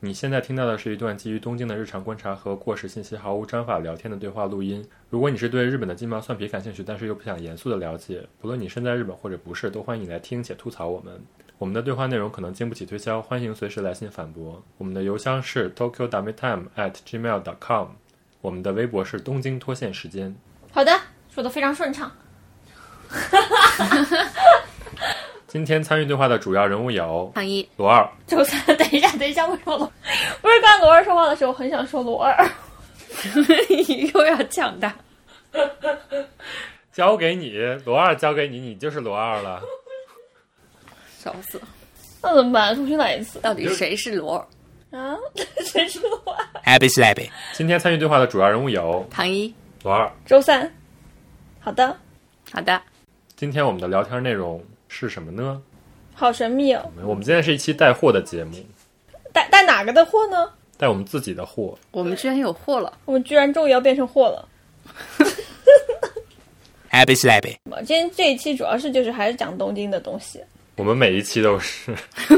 你现在听到的是一段基于东京的日常观察和过时信息毫无章法聊天的对话录音。如果你是对日本的鸡毛蒜皮感兴趣，但是又不想严肃的了解，不论你身在日本或者不是，都欢迎你来听且吐槽我们。我们的对话内容可能经不起推销，欢迎随时来信反驳。我们的邮箱是 tokyodametime@gmail.com， 我们的微博是东京脱线时间。 好的，说得非常顺畅。 今天参与对话的主要人物有唐一、 罗二、 周三。等一下，为什么不是刚罗二说话的时候很想说罗二？ 你又要抢答。 交给你，罗二交给你，你就是罗二了。 笑死了。 那怎么办？重新来一次。 到底谁是罗尔啊？谁是罗二 ？Happy Slappy。 今天参与对话的主要人物有唐一、 罗二、 周三。好的， 好的。 今天我们的聊天内容是什么呢？ 好神秘哦。 我们今天是一期带货的节目。 带哪个的货呢？ 带我们自己的货。 我们居然有货了。 我们居然终于要变成货了。 Happy Slappy。 今天这一期主要是就是还是讲东京的东西。 我们每一期都是。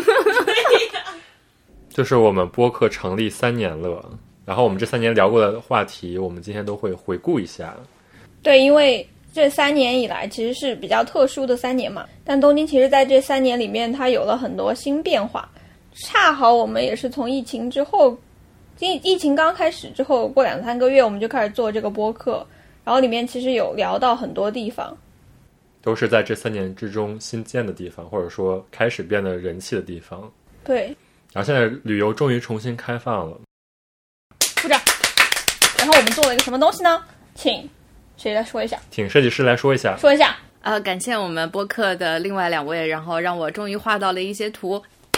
就是我们播客成立3年了，然后我们这3年聊过的话题，我们今天都会回顾一下。 对，因为这3年以来其实是比较特殊的3年嘛，但东京其实在这3年里面它有了很多新变化，恰好我们也是从疫情之后，疫情刚开始之后过2-3个月我们就开始做这个播客，然后里面其实有聊到很多地方，都是在这3年之中新建的地方，或者说开始变得人气的地方。 对， 然后现在旅游终于重新开放了， 鼓掌。然后我们做了一个什么东西呢？请谁来说一下？ 请设计师来说一下。 说一下。 感谢我们播客的另外2位，然后让我终于画到了一些图。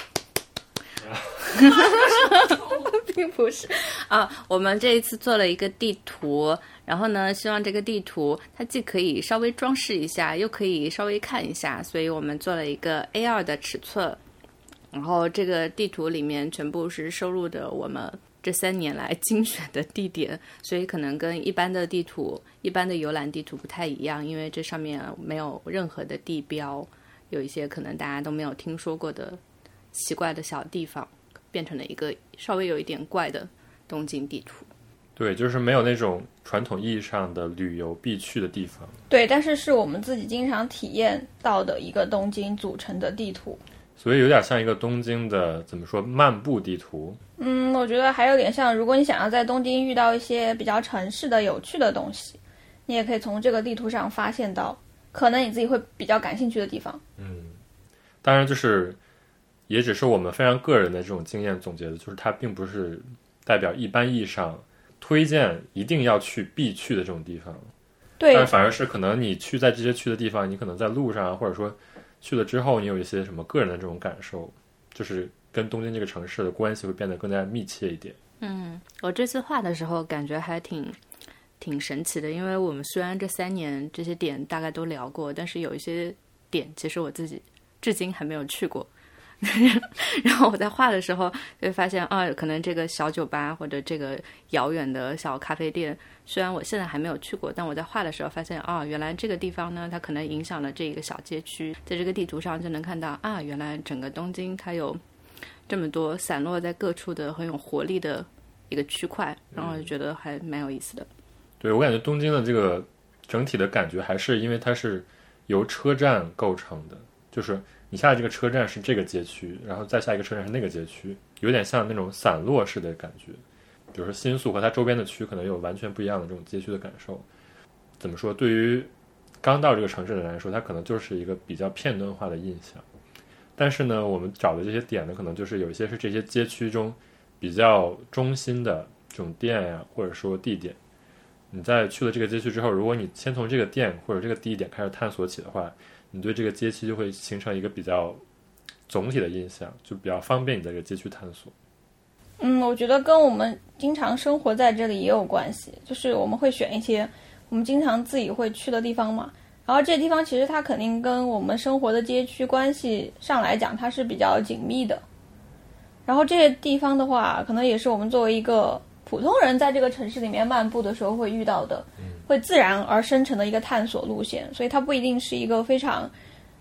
并不是我们这一次做了一个地图，然后呢，希望这个地图它既可以稍微装饰一下，又可以稍微看一下，所以我们做了一个 A2 的尺寸。然后这个地图里面全部是收录的我们这3年来精选的地点，所以可能跟一般的地图、一般的游览地图不太一样，因为这上面没有任何的地标，有一些可能大家都没有听说过的奇怪的小地方，变成了一个稍微有一点怪的东京地图。 对，就是没有那种传统意义上的旅游必去的地方。 对，但是是我们自己经常体验到的一个东京组成的地图。 所以有点像一个东京的怎么说漫步地图。 我觉得还有点像，如果你想要在东京遇到一些比较城市的有趣的东西，你也可以从这个地图上发现到可能你自己会比较感兴趣的地方。 当然就是也只是我们非常个人的这种经验总结的，就是它并不是代表一般意义上推荐一定要去必去的这种地方。 对， 但反而是可能你在这些去的地方，你可能在路上或者说去了之后，你有一些什么个人的这种感受，就是跟东京这个城市的关系会变得更加密切一点。 我这次画的时候感觉还挺神奇的，因为我们虽然这3年这些点大概都聊过，但是有一些点其实我自己至今还没有去过。然后我在画的时候就会发现可能这个小酒吧或者这个遥远的小咖啡店，虽然我现在还没有去过，但我在画的时候发现原来这个地方呢它可能影响了这个小街区，在这个地图上就能看到原来整个东京它有这么多散落在各处的很有活力的一个区块，然后我就觉得还蛮有意思的。 对，我感觉东京的这个整体的感觉还是因为它是由车站构成的，就是你下的这个车站是这个街区，然后再下一个车站是那个街区，有点像那种散落式的感觉。比如说新宿和它周边的区可能有完全不一样的这种街区的感受。怎么说，对于刚到这个城市的人来说，它可能就是一个比较片段化的印象。但是呢，我们找的这些点呢，可能就是有一些是这些街区中比较中心的这种店呀，或者说地点。你在去了这个街区之后，如果你先从这个店或者这个地点开始探索起的话，你对这个街区就会形成一个比较总体的印象，就比较方便你在这个街区探索。 我觉得跟我们经常生活在这里也有关系，就是我们会选一些我们经常自己会去的地方嘛，然后这些地方其实它肯定跟我们生活的街区关系上来讲它是比较紧密的，然后这些地方的话可能也是我们作为一个普通人在这个城市里面漫步的时候会遇到的，会自然而生成的一个探索路线，所以它不一定是一个非常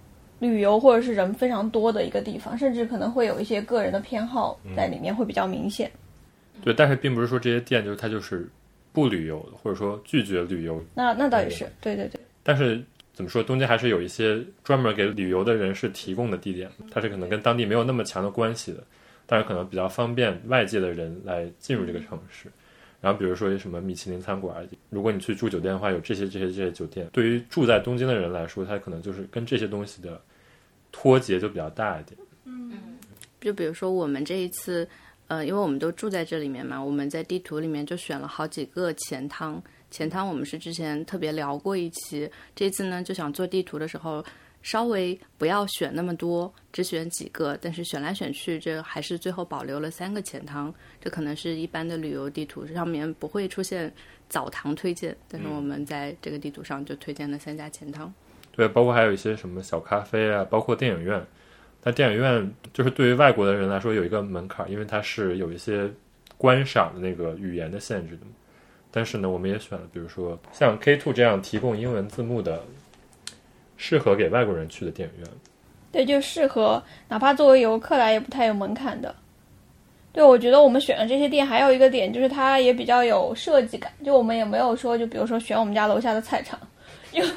旅游或者是人非常多的一个地方，甚至可能会有一些个人的偏好在里面会比较明显。 对，但是并不是说这些店它就是不旅游或者说拒绝旅游。 那倒也是，对对对。 但是怎么说，东京还是有一些专门给旅游的人士提供的地点，它是可能跟当地没有那么强的关系的，但是可能比较方便外界的人来进入这个城市。然后比如说什么米其林餐馆，如果你去住酒店的话，有这些酒店，对于住在东京的人来说，他可能就是跟这些东西的脱节就比较大一点。 就比如说我们这一次因为我们都住在这里面嘛，我们在地图里面就选了好几个钱汤我们是之前特别聊过一期，这次呢就想做地图的时候稍微不要选那么多，只选几个，但是选来选去这还是最后保留了3个钱汤。这可能是一般的旅游地图上面不会出现澡堂推荐，但是我们在这个地图上就推荐了3家钱汤。 对，包括还有一些什么小咖啡啊，包括电影院。但电影院就是对于外国的人来说有一个门槛，因为它是有一些观赏的那个语言的限制的。但是呢，我们也选了比如说像 K2 这样提供英文字幕的适合给外国人去的电影院。 对，就适合哪怕作为游客来也不太有门槛的。对，我觉得我们选的这些店还有一个点就是它也比较有设计感，就我们也没有说就比如说选我们家楼下的菜场，因为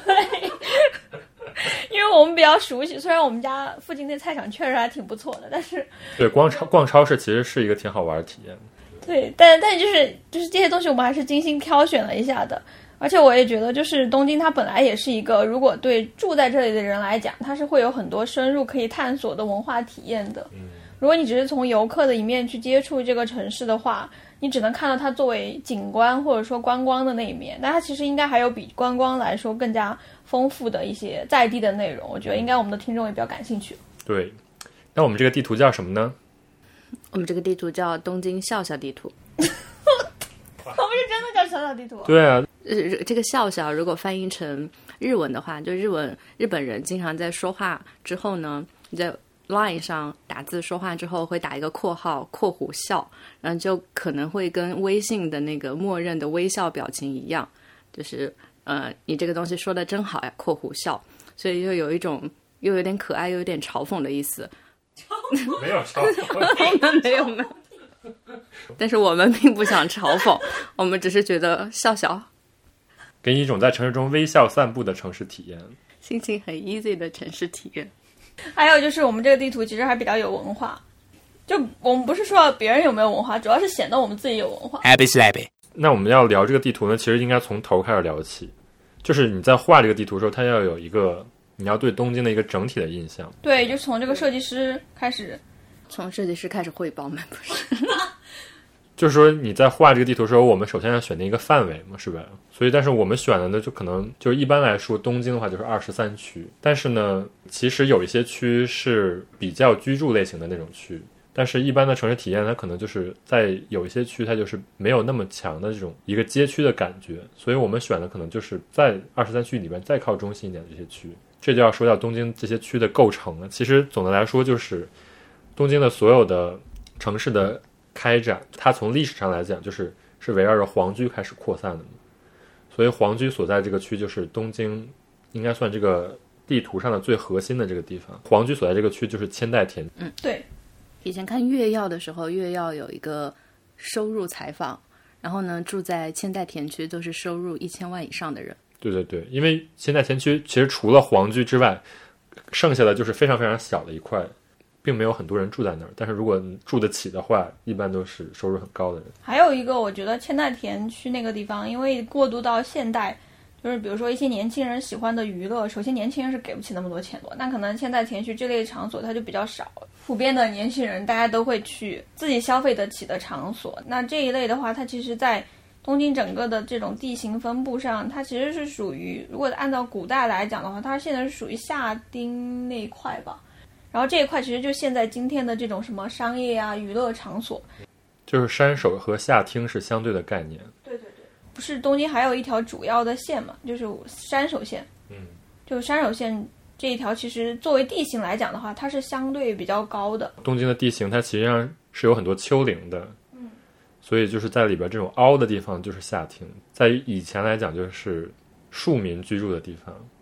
我们比较熟悉，虽然我们家附近那菜场确实还挺不错的，但是对，逛超市其实是一个挺好玩的体验。 对，但就是这些东西我们还是精心挑选了一下的。而且我也觉得就是东京它本来也是一个如果对住在这里的人来讲，它是会有很多深入可以探索的文化体验的。如果你只是从游客的一面去接触这个城市的话，你只能看到它作为景观或者说观光的那一面，但它其实应该还有比观光来说更加丰富的一些在地的内容，我觉得应该我们的听众也比较感兴趣。 对，那我们这个地图叫什么呢？ 我们这个地图叫东京笑笑地图。 我们是真的叫小小地图？ 对啊， 这个笑笑如果翻译成日文的话，就日本人经常在说话之后呢，你在 Line 上打字说话之后会打一个括号括弧笑，然后就可能会跟微信的那个默认的微笑表情一样，就是你这个东西说的真好呀括弧笑，所以就有一种又有点可爱又有点嘲讽的意思。 没有嘲讽没有但是我们并不想嘲讽，我们只是觉得笑笑给你一种在城市中微笑散步的城市体验， 心情很 easy 的城市体验。 还有就是我们这个地图其实还比较有文化，就我们不是说别人有没有文化，主要是显得我们自己有文化。 那我们要聊这个地图呢，其实应该从头开始聊起，就是你在画这个地图的时候，它要有一个你要对东京的一个整体的印象。 对，就是从这个设计师开始， 从设计师开始汇报吗？不是就是说你在画这个地图的时候，我们首先要选定一个范围嘛，是吧？所以但是我们选的呢，就可能就一般来说东京的话就是23区，但是呢其实有一些区是比较居住类型的那种区，但是一般的城市体验它可能就是在有一些区它就是没有那么强的这种一个街区的感觉，所以我们选的可能就是在23区里面再靠中心一点的这些区。这就要说到东京这些区的构成了。其实总的来说就是东京的所有的城市的开展，它从历史上来讲是围绕着皇居开始扩散的嘛，所以皇居所在这个区就是东京应该算这个地图上的最核心的这个地方。皇居所在这个区就是千代田。 对， 以前看月曜的时候，月曜有一个收入采访，然后呢住在千代田区都是收入1000万以上的人。 对对对，因为千代田区其实除了皇居之外，剩下的就是非常非常小的一块，并没有很多人住在那儿，但是如果住得起的话，一般都是收入很高的人。 还有一个我觉得千代田区那个地方，因为过渡到现代，就是比如说一些年轻人喜欢的娱乐，首先年轻人是给不起那么多钱的，那可能千代田区这类场所它就比较少，普遍的年轻人大家都会去自己消费得起的场所。那这一类的话，它其实在东京整个的这种地形分布上，它其实是属于，如果按照古代来讲的话，它现在是属于下町那一块吧。然后这一块其实就现在今天的这种什么商业啊、娱乐场所， 就是山手和下町是相对的概念。 对对对，不是东京还有一条主要的线嘛，就是山手线。就山手线这一条，其实作为地形来讲的话，它是相对比较高的。 东京的地形它实际上是有很多丘陵的，所以就是在里边这种凹的地方就是下町，在于以前来讲就是庶民居住的地方。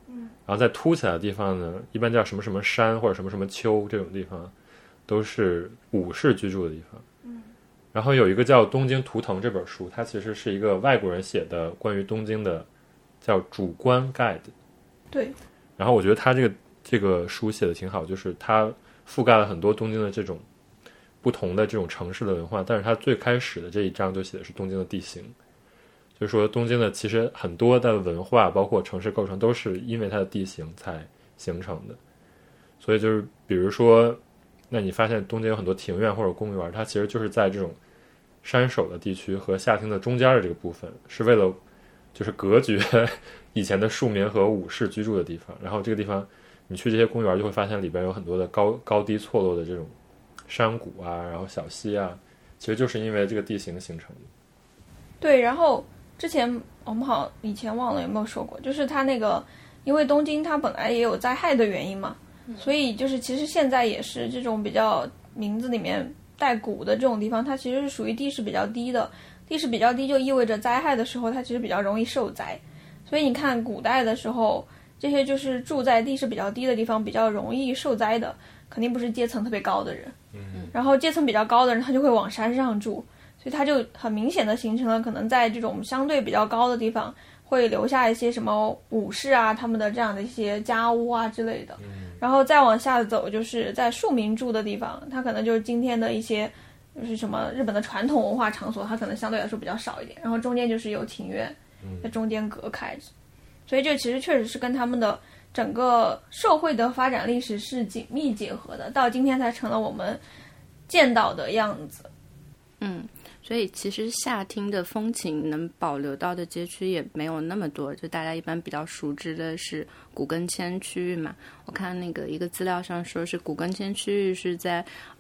然后再凸起来的地方呢，一般叫什么什么山或者什么什么丘，这种地方都是武士居住的地方。然后有一个叫《东京图腾》这本书，它其实是一个外国人写的关于东京的叫主观 guide。 对。 然后我觉得他这个书写的挺好，就是它覆盖了很多东京的这种不同的这种城市的文化，但是它最开始的这一章就写的是东京的地形，就是说东京的其实很多的文化包括城市构成都是因为它的地形才形成的。所以就是比如说，那你发现东京有很多庭院或者公园，它其实就是在这种山手的地区和下町的中间的这个部分，是为了就是隔绝以前的庶民和武士居住的地方。然后这个地方你去这些公园就会发现里边有很多的高低错落的这种山谷啊，然后小溪啊，其实就是因为这个地形形成的。 对，然后之前我们好像以前忘了有没有说过，就是它那个因为东京它本来也有灾害的原因嘛，所以就是其实现在也是这种比较名字里面带谷的这种地方，它其实是属于地势比较低的，地势比较低就意味着灾害的时候它其实比较容易受灾。所以你看古代的时候，这些就是住在地势比较低的地方比较容易受灾的，肯定不是阶层特别高的人。然后阶层比较高的人他就会往山上住，所以它就很明显的形成了可能在这种相对比较高的地方会留下一些什么武士啊他们的这样的一些家屋啊之类的。然后再往下走就是在庶民住的地方，它可能就是今天的一些就是什么日本的传统文化场所，它可能相对来说比较少一点，然后中间就是有庭院在中间隔开着。所以这其实确实是跟他们的整个社会的发展历史是紧密结合的，到今天才成了我们见到的样子。 所以其实下町的风情能保留到的街区也没有那么多，就大家一般比较熟知的是古根签区域嘛。我看那个一个资料上说是古根签区域是在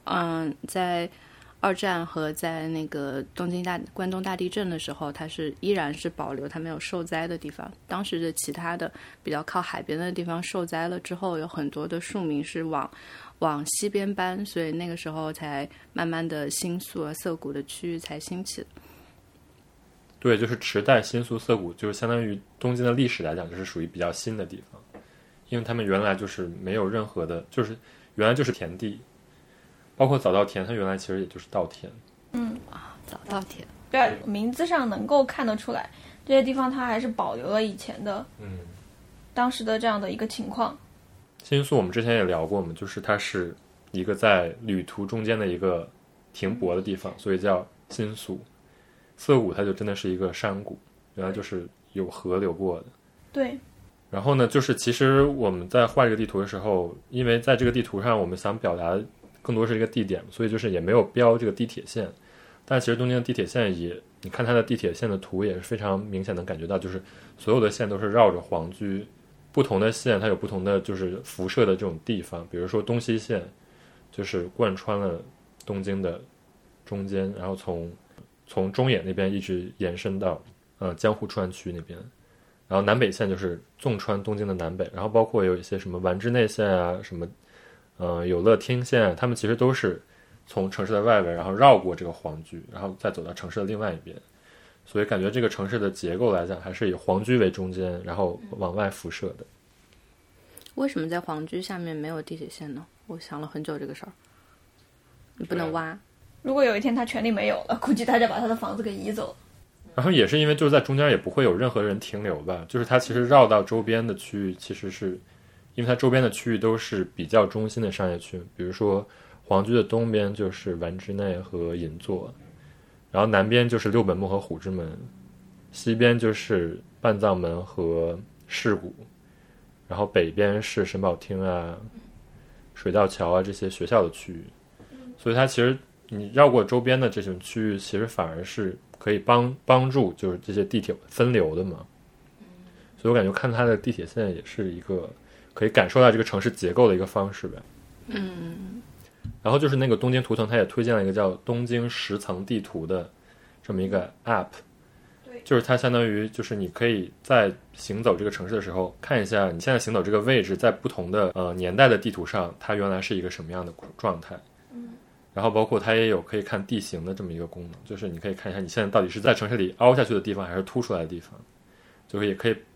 二战和在那个关东大地震的时候，它是依然是保留它没有受灾的地方。当时的其他的比较靠海边的地方受灾了之后，有很多的庶民是往西边搬，所以那个时候才慢慢的新宿啊涩谷的区域才兴起的。 对，就是池袋、新宿、涩谷，就是相当于东京的历史来讲，就是属于比较新的地方，因为他们原来就是没有任何的，就是原来就是田地，包括早稻田，它原来其实也就是稻田。 早稻田， 对，名字上能够看得出来，这些地方它还是保留了以前的，当时的这样的一个情况。 新宿我们之前也聊过嘛，就是它是一个在旅途中间的一个停泊的地方，所以叫新宿。涩谷它就真的是一个山谷，原来就是有河流过的。 对。 然后呢，就是其实我们在画这个地图的时候，因为在这个地图上我们想表达更多是一个地点，所以就是也没有标这个地铁线。但其实东京的地铁线也，你看它的地铁线的图也是非常明显的感觉到，就是所有的线都是绕着皇居，不同的线它有不同的就是辐射的这种地方。比如说东西线就是贯穿了东京的中间，然后从中野那边一直延伸到江户川区那边，然后南北线就是纵穿东京的南北，然后包括有一些什么丸之内线啊，什么有乐町线啊，他们其实都是从城市的外围，然后绕过这个皇居，然后再走到城市的另外一边。所以感觉这个城市的结构来讲，还是以皇居为中间，然后往外辐射的。 为什么在皇居下面没有地铁线呢？我想了很久这个事儿。你不能挖。 如果有一天他权力没有了，估计他就把他的房子给移走了。 然后也是因为就是在中间也不会有任何人停留吧，就是它其实绕到周边的区域，其实是因为它周边的区域都是比较中心的商业区，比如说皇居的东边就是丸之内和银座，然后南边就是六本木和虎之门，西边就是半藏门和世谷，然后北边是神保町啊、水道桥啊这些学校的区域。所以它其实你绕过周边的这种区域，其实反而是可以帮助就是这些地铁分流的嘛。所以我感觉看它的地铁线也是一个可以感受到这个城市结构的一个方式呗。然后就是那个东京图腾，它也推荐了一个叫东京10层地图的这么一个 app， 就是它相当于就是你可以在行走这个城市的时候看一下你现在行走这个位置在不同的年代的地图上它原来是一个什么样的状态。然后包括它也有可以看地形的这么一个功能，就是你可以看一下你现在到底是在城市里凹下去的地方还是凸出来的地方，就是也可以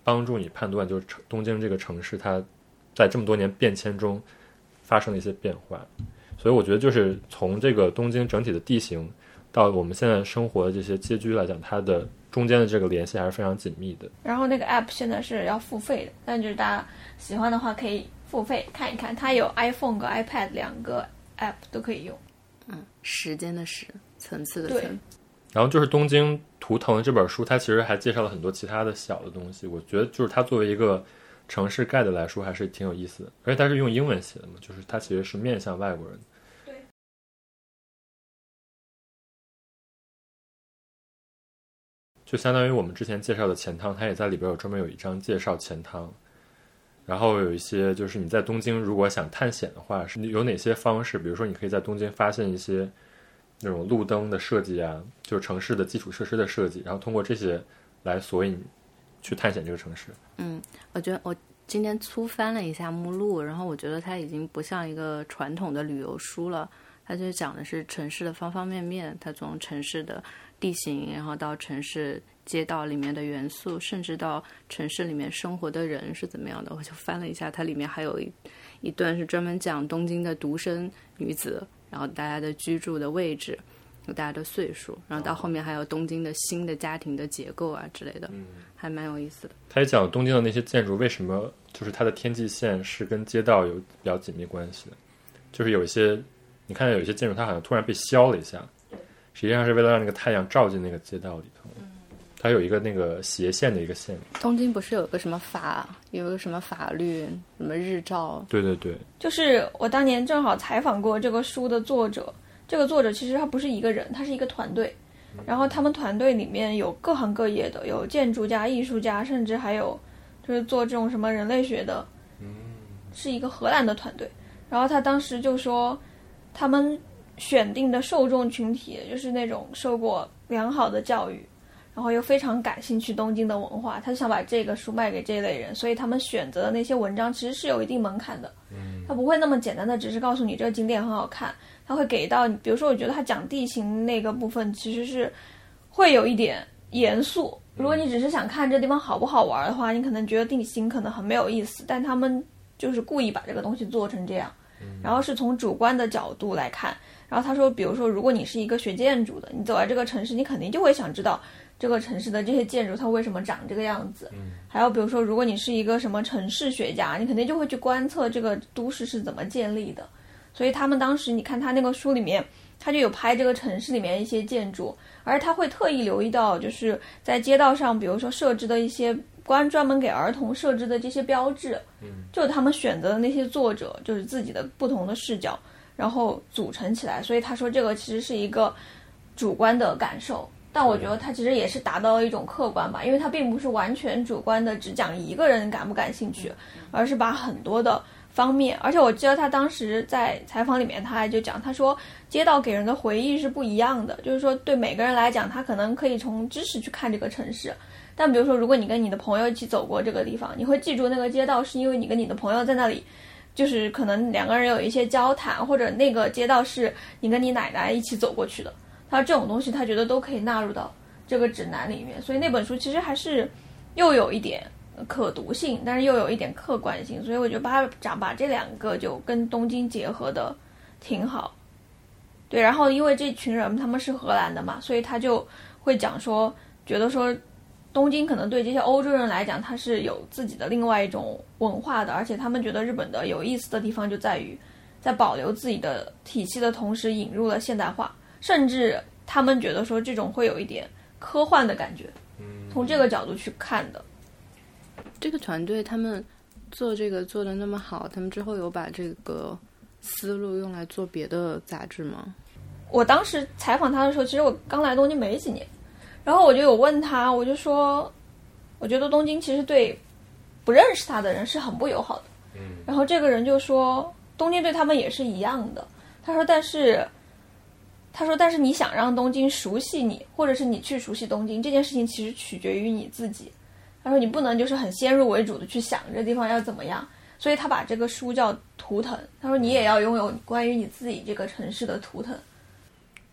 帮助你判断就是东京这个城市它在这么多年变迁中发生的一些变化。所以我觉得就是从这个东京整体的地形到我们现在生活的这些街区来讲，它的中间的这个联系还是非常紧密的。 然后那个 app 现在是要付费的，但就是大家喜欢的话可以付费看一看，它有 iPhone 和 iPad 两个 app 都可以用。 时间的时，层次的对层。 然后就是《东京图腾》这本书，它其实还介绍了很多其他的小的东西。我觉得就是它作为一个城市 guide 来说，还是挺有意思的。而且它是用英文写的嘛，就是它其实是面向外国人的。 对。 就相当于我们之前介绍的钱汤，它也在里边专门有一章介绍钱汤。然后有一些就是你在东京如果想探险的话，是有哪些方式？比如说你可以在东京发现一些那种路灯的设计啊，就是城市的基础设施的设计，然后通过这些来索引去探险这个城市。 我觉得我今天粗翻了一下目录，然后我觉得它已经不像一个传统的旅游书了，它就讲的是城市的方方面面，它从城市的地形，然后到城市街道里面的元素，甚至到城市里面生活的人是怎么样的。我就翻了一下，它里面还有一段是专门讲东京的独生女子，然后大家的居住的位置，有大家的岁数，然后到后面还有东京的新的家庭的结构啊之类的，还蛮有意思的。 他也讲东京的那些建筑为什么就是它的天际线是跟街道有比较紧密关系的，就是有一些你看到有一些建筑它好像突然被削了一下，实际上是为了让那个太阳照进那个街道里头。它有一个那个斜线的一个线。 东京不是有个什么法律什么日照？ 对对对， 就是我当年正好采访过这个书的作者，这个作者其实他不是一个人，他是一个团队，然后他们团队里面有各行各业的，有建筑家、艺术家，甚至还有就是做这种什么人类学的，是一个荷兰的团队。然后他当时就说他们选定的受众群体就是那种受过良好的教育，然后又非常感兴趣东京的文化，他就想把这个书卖给这一类人，所以他们选择的那些文章其实是有一定门槛的，他不会那么简单的只是告诉你这个景点很好看，他会给到你，比如说我觉得他讲地形那个部分其实是会有一点严肃，如果你只是想看这地方好不好玩的话，你可能觉得地形可能很没有意思，但他们就是故意把这个东西做成这样，然后是从主观的角度来看。然后他说比如说如果你是一个学建筑的，你走在这个城市，你肯定就会想知道这个城市的这些建筑它为什么长这个样子，还有比如说如果你是一个什么城市学家，你肯定就会去观测这个都市是怎么建立的。所以他们当时你看他那个书里面，他就有拍这个城市里面一些建筑，而他会特意留意到就是在街道上比如说设置的一些专门给儿童设置的这些标志，就是他们选择的那些作者就是自己的不同的视角然后组成起来。所以他说这个其实是一个主观的感受，但我觉得他其实也是达到了一种客观吧，因为他并不是完全主观的只讲一个人感不感兴趣，而是把很多的方面。而且我记得他当时在采访里面他还就讲，他说街道给人的回忆是不一样的，就是说对每个人来讲他可能可以从知识去看这个城市，但比如说如果你跟你的朋友一起走过这个地方，你会记住那个街道是因为你跟你的朋友在那里就是可能两个人有一些交谈，或者那个街道是你跟你奶奶一起走过去的，他这种东西他觉得都可以纳入到这个指南里面。所以那本书其实还是又有一点可读性，但是又有一点客观性，所以我觉得把这两个就跟东京结合的挺好。对，然后因为这群人他们是荷兰的嘛，所以他就会讲说觉得说东京可能对这些欧洲人来讲它是有自己的另外一种文化的，而且他们觉得日本的有意思的地方就在于在保留自己的体系的同时引入了现代化，甚至他们觉得说这种会有一点科幻的感觉，从这个角度去看的。 这个团队他们做这个做得那么好，他们之后有把这个思路用来做别的杂志吗？ 我当时采访他的时候，其实我刚来东京没几年，然后我就有问他，我就说我觉得东京其实对不认识他的人是很不友好的，然后这个人就说东京对他们也是一样的，他说但是你想让东京熟悉你，或者是你去熟悉东京，这件事情其实取决于你自己，他说你不能就是很先入为主的去想这地方要怎么样，所以他把这个书叫图腾，他说你也要拥有关于你自己这个城市的图腾。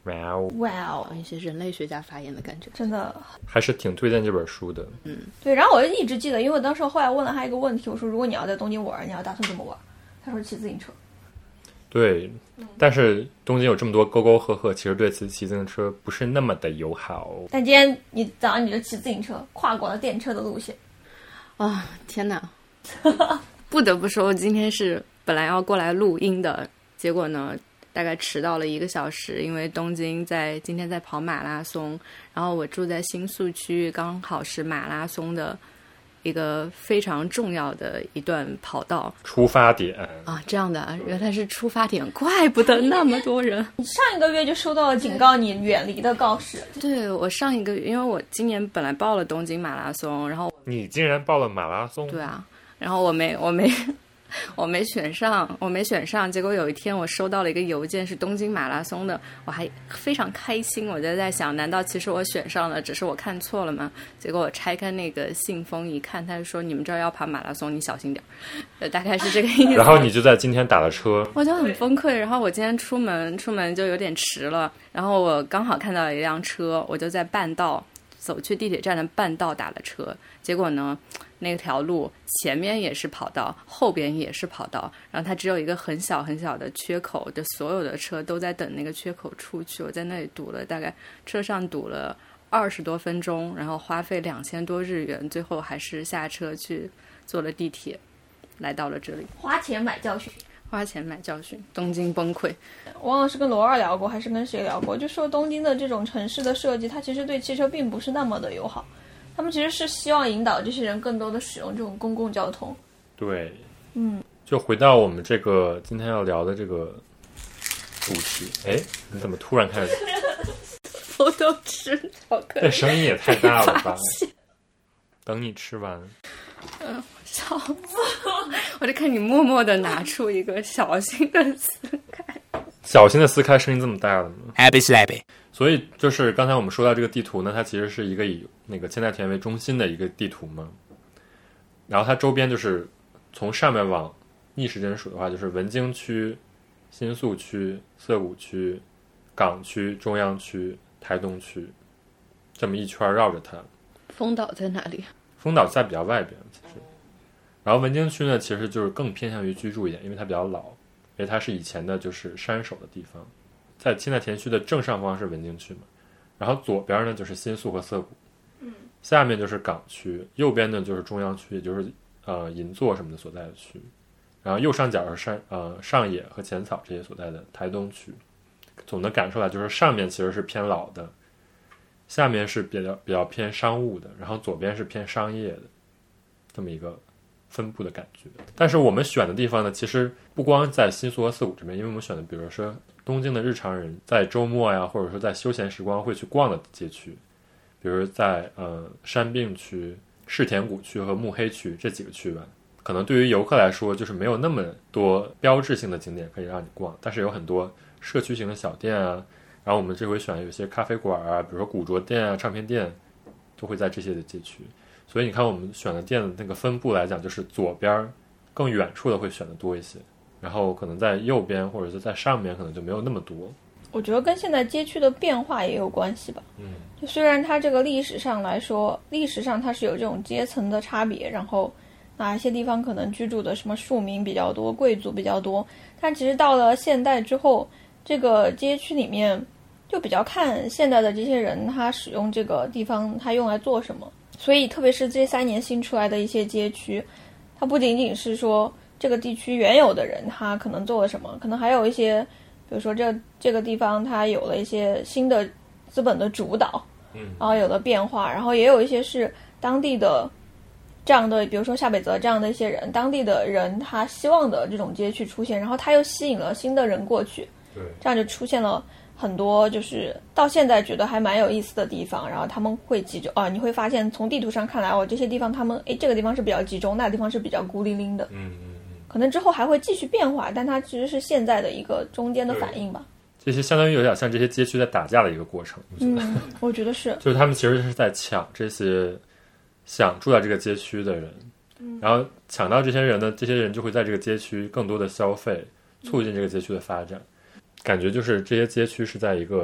哇哦， 哇哦， 一些人类学家发言的感觉。 真的还是挺推荐这本书的。 对。然后我就一直记得，因为我当时后来问了他一个问题，我说如果你要在东京玩，你要打算怎么玩？他说骑自行车。 对，但是东京有这么多沟沟壑壑，其实对骑自行车不是那么的友好。 但今天你早上你就骑自行车跨过了电车的路线啊！天哪！不得不说，我今天是本来要过来录音的，结果呢，大概迟到了1个小时，因为东京今天在跑马拉松，然后我住在新宿区，刚好是马拉松的一个非常重要的一段跑道出发点啊，这样的啊，原来是出发点，怪不得那么多人。 你上一个月就收到了警告你远离的告示。 对，我上一个月，因为我今年本来报了东京马拉松，然后你竟然报了马拉松？ 对啊，然后我没选上，结果有一天我收到了一个邮件是东京马拉松的，我还非常开心，我就在想，难道其实我选上了，只是我看错了吗？结果我拆开那个信封一看，他就说你们这儿要跑马拉松，你小心点，大概是这个意思。 然后你就在今天打了车， 我就很崩溃。然后我今天出门就有点迟了，然后我刚好看到了一辆车，我就在半道走去地铁站的半道打了车，结果呢，那条路前面也是跑道，后边也是跑道，然后它只有一个很小很小的缺口，就所有的车都在等那个缺口出去。我在那里堵了大概车上堵了20多分钟，然后花费2000多日元，最后还是下车去坐了地铁来到了这里。 花钱买教训， 东京崩溃。 忘了是跟罗二聊过还是跟谁聊过，就说东京的这种城市的设计，它其实对汽车并不是那么的友好，他们其实是希望引导这些人更多的使用这种公共交通。 对，就回到我们这个今天要聊的这个主题。哎，你怎么突然开始我都吃，好可这声音也太大了吧。等你吃完。 笑死我就看你默默的拿出一个小心的撕开， 小心的撕开，声音这么大了吗 ？Happy slappy。 所以就是刚才我们说到这个地图呢，它其实是一个以那个千代田为中心的一个地图嘛。然后它周边就是从上面往逆时针数的话，就是文京区、新宿区、涩谷区、港区、中央区、台东区，这么一圈绕着它。 丰岛在哪里？ 丰岛在比较外边，其实。然后文京区呢，其实就是更偏向于居住一点，因为它比较老，因为它是以前的就是山手的地方。在千代田区的正上方是文京区嘛，然后左边呢就是新宿和涩谷，下面就是港区，右边呢就是中央区，也就是银座什么的所在的区，然后右上角是上野和浅草这些所在的台东区。总的感受来就是上面其实是偏老的，下面是比较偏商务的，然后左边是偏商业的，这么一个分布的感觉。但是我们选的地方呢，其实不光在新宿和涩谷这边，因为我们选的比如说东京的日常人在周末呀，或者说在休闲时光会去逛的街区，比如在山并区、世田谷区和目黑区这几个区吧。可能对于游客来说就是没有那么多标志性的景点可以让你逛，但是有很多社区型的小店啊，然后我们这回选有些咖啡馆啊，比如说古着店啊、唱片店，都会在这些的街区。所以你看我们选的店的那个分布来讲，就是左边更远处的会选的多一些，然后可能在右边或者是在上面可能就没有那么多。 我觉得跟现在街区的变化也有关系吧。就虽然它这个历史上来说，历史上它是有这种阶层的差别，然后哪一些地方可能居住的什么庶民比较多，贵族比较多，但其实到了现代之后，这个街区里面就比较看现代的这些人他使用这个地方他用来做什么。所以特别是这3年新出来的一些街区，它不仅仅是说这个地区原有的人他可能做了什么，可能还有一些比如说这个地方它有了一些新的资本的主导，然后有了变化，然后也有一些是当地的这样的，比如说夏北泽这样的一些人，当地的人他希望的这种街区出现，然后他又吸引了新的人过去， 对， 这样就出现了很多就是到现在觉得还蛮有意思的地方，然后他们会集中你会发现从地图上看来这些地方他们这个地方是比较集中，那个地方是比较孤零零的，可能之后还会继续变化，但它其实是现在的一个中间的反应吧。 这些相当于有点像这些街区在打架的一个过程， 我觉得是， 就是他们其实是在抢这些想住在这个街区的人，然后抢到这些人呢，这些人就会在这个街区更多的消费，促进这个街区的发展。感觉就是这些街区是在一个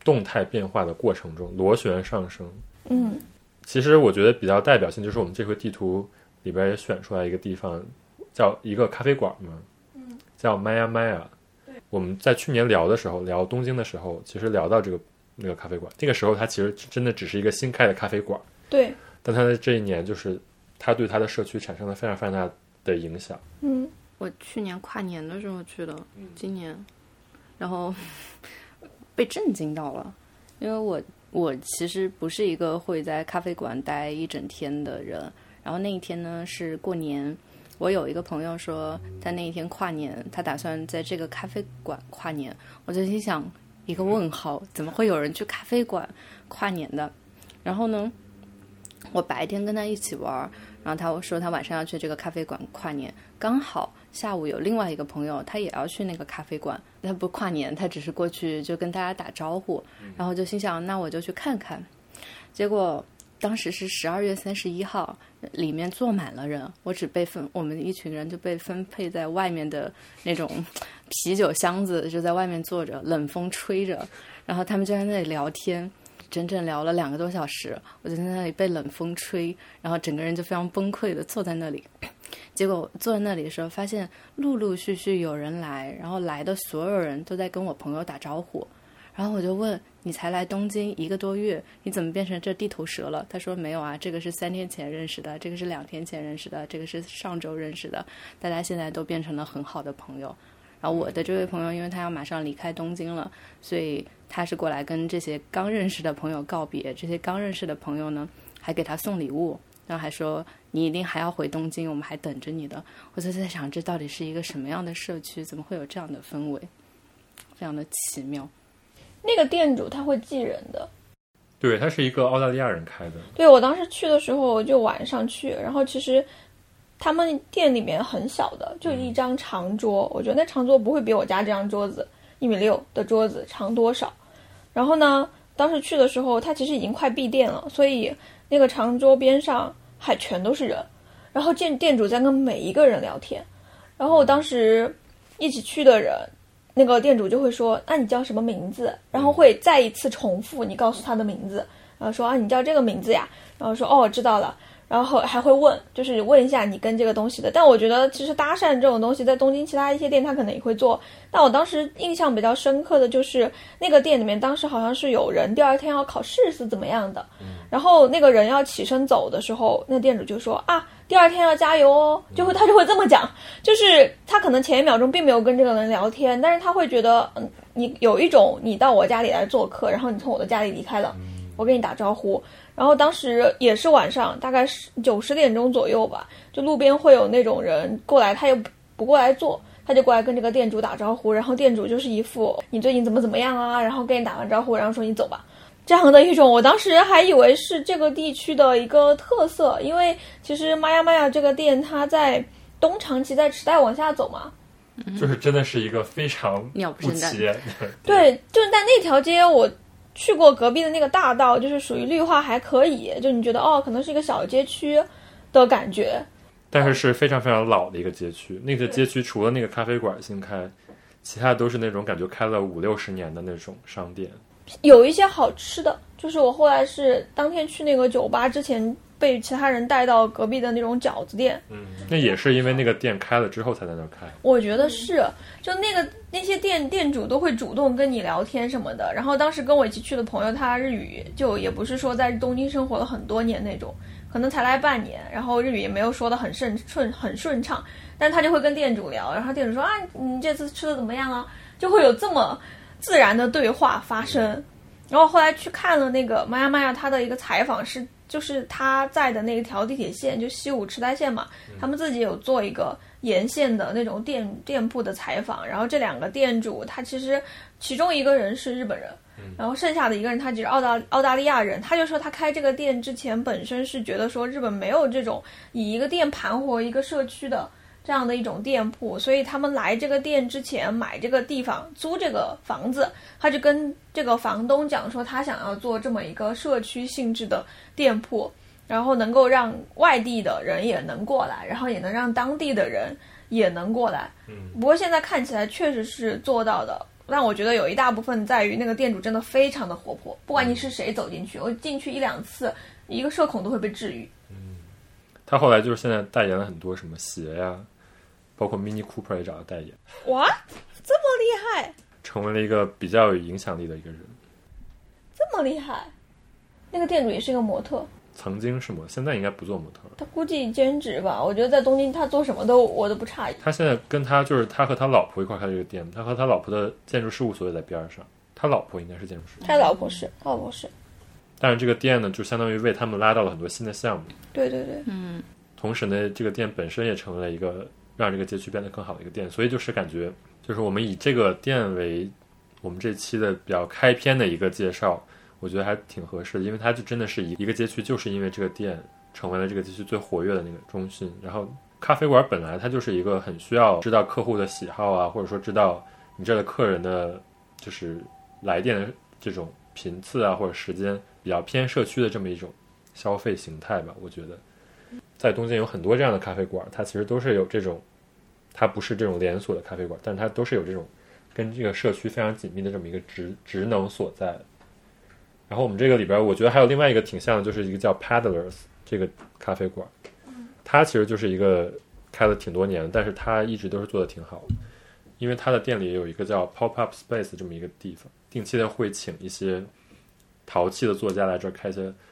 动态变化的过程中螺旋上升。其实我觉得比较代表性就是我们这回地图里边也选出来一个地方，叫一个咖啡馆嘛，叫 Maya Maya。我们在去年聊的时候，聊东京的时候，其实聊到那个咖啡馆，那个时候它其实真的只是一个新开的咖啡馆。 对。 但它的这一年就是它对它的社区产生了非常非常大的影响。 我去年跨年的时候去的，今年，然后被震惊到了，因为我其实不是一个会在咖啡馆待一整天的人，然后那一天呢是过年，我有一个朋友说他那一天跨年，他打算在这个咖啡馆跨年，我就心想一个问号，怎么会有人去咖啡馆跨年的？然后呢，我白天跟他一起玩，然后他说他晚上要去这个咖啡馆跨年，刚好下午有另外一个朋友他也要去那个咖啡馆，他不跨年，他只是过去就跟大家打招呼，然后就心想那我就去看看。结果当时是12月31号，里面坐满了人，我们一群人就被分配在外面的那种啤酒箱子，就在外面坐着，冷风吹着，然后他们就在那里聊天，整整聊了2个多小时，我就在那里被冷风吹，然后整个人就非常崩溃的坐在那里。结果坐在那里的时候，发现陆陆续续有人来，然后来的所有人都在跟我朋友打招呼，然后我就问，你才来东京1个多月，你怎么变成这地头蛇了？他说没有啊，这个是3天前认识的，这个是2天前认识的，这个是上周认识的，大家现在都变成了很好的朋友。然后我的这位朋友因为他要马上离开东京了，所以他是过来跟这些刚认识的朋友告别，这些刚认识的朋友呢还给他送礼物，然后还说你一定还要回东京，我们还等着你的。我就在想这到底是一个什么样的社区，怎么会有这样的氛围，非常的奇妙。 那个店主他会寄人的， 对，他是一个澳大利亚人开的。 对，我当时去的时候我就晚上去，然后其实他们店里面很小的，就一张长桌，我觉得那长桌不会比我家这张桌子1.6米的桌子长多少。然后呢，当时去的时候他其实已经快闭店了，所以那个长桌边上还全都是人，然后店主在跟每一个人聊天。然后我当时一起去的人，那个店主就会说那你叫什么名字，然后会再一次重复你告诉他的名字，然后说啊你叫这个名字呀，然后说哦我知道了，然后还会问，就是问一下你跟这个东西的。但我觉得其实搭讪这种东西在东京其他一些店他可能也会做，但我当时印象比较深刻的就是那个店里面当时好像是有人第2天要考试是怎么样的，然后那个人要起身走的时候，那店主就说啊第2天要加油哦，他就会这么讲，就是他可能前1秒钟并没有跟这个人聊天，但是他会觉得你有一种你到我家里来做客，然后你从我的家里离开了，我跟你打招呼。然后当时也是晚上大概9、10点钟左右吧，就路边会有那种人过来，他又不过来坐，他就过来跟这个店主打招呼，然后店主就是一副你最近怎么样啊，然后跟你打完招呼然后说你走吧，这样的一种。我当时还以为是这个地区的一个特色，因为其实玛雅玛雅这个店它在东长崎，在池袋往下走嘛， 就是真的是一个非常不起眼的。 对，就是在那条街我去过隔壁的那个大道，就是属于绿化还可以，就你觉得可能是一个小街区的感觉， 但是是非常非常老的一个街区。那个街区除了那个咖啡馆新开，其他都是那种感觉开了50、60年的那种商店。 有一些好吃的，就是我后来是当天去那个酒吧之前被其他人带到隔壁的那种饺子店。 那也是因为那个店开了之后才在那儿开。 我觉得是，就那些店主都会主动跟你聊天什么的。然后当时跟我一起去的朋友，他日语就也不是说在东京生活了很多年那种，可能才来半年，然后日语也没有说的很顺畅，但他就会跟店主聊，然后店主说啊你这次吃的怎么样啊，就会有这么自然的对话发生。然后后来去看了那个玛雅玛雅他的一个采访，就是他在的那一条地铁线，就西武池袋线嘛，他们自己有做一个沿线的那种店铺的采访。然后这2个店主他其实其中一个人是日本人，然后剩下的一个人他只是澳大利亚人。他就说他开这个店之前本身是觉得说日本没有这种以一个店盘活一个社区的这样的一种店铺，所以他们来这个店之前买这个地方租这个房子，他就跟这个房东讲说他想要做这么一个社区性质的店铺，然后能够让外地的人也能过来，然后也能让当地的人也能过来。不过现在看起来确实是做到的， 但我觉得有一大部分在于那个店主真的非常的活泼，不管你是谁走进去，我进去1-2次，一个社恐都会被治愈。 他后来就是现在代言了很多什么鞋呀，包括 Mini Cooper 也找他代言。 哇，这么厉害， 成为了一个比较有影响力的一个人。 这么厉害。那个店主也是一个模特， 曾经是模特，现在应该不做模特了。 他估计兼职吧，我觉得在东京他做什么我都不诧异。 他现在跟他就是他和他老婆一块开这个店，他和他老婆的建筑事务所也在边上，他老婆应该是建筑师， 他老婆是， 但是这个店呢，就相当于为他们拉到了很多新的项目。 对对对， 同时呢，这个店本身也成为了一个让这个街区变得更好的一个店，所以就是感觉，就是我们以这个店为我们这期的比较开篇的一个介绍，我觉得还挺合适的，因为它就真的是一个街区，就是因为这个店成为了这个街区最活跃的那个中心。然后咖啡馆本来它就是一个很需要知道客户的喜好啊，或者说知道你这儿的客人的就是来电的这种频次啊或者时间，比较偏社区的这么一种消费形态吧。我觉得在东京有很多这样的咖啡馆，它其实都是有这种，它不是这种连锁的咖啡馆，但是它都是有这种跟这个社区非常紧密的这么一个职能所在的。然后我们这个里边我觉得还有另外一个挺像的，就是一个叫 Paddlers 这个咖啡馆，它其实就是一个开了挺多年，但是它一直都是做的挺好的，因为它的店里有一个叫 Pop-up Space 这么一个地方，定期的会请一些淘气的作家来这儿开一些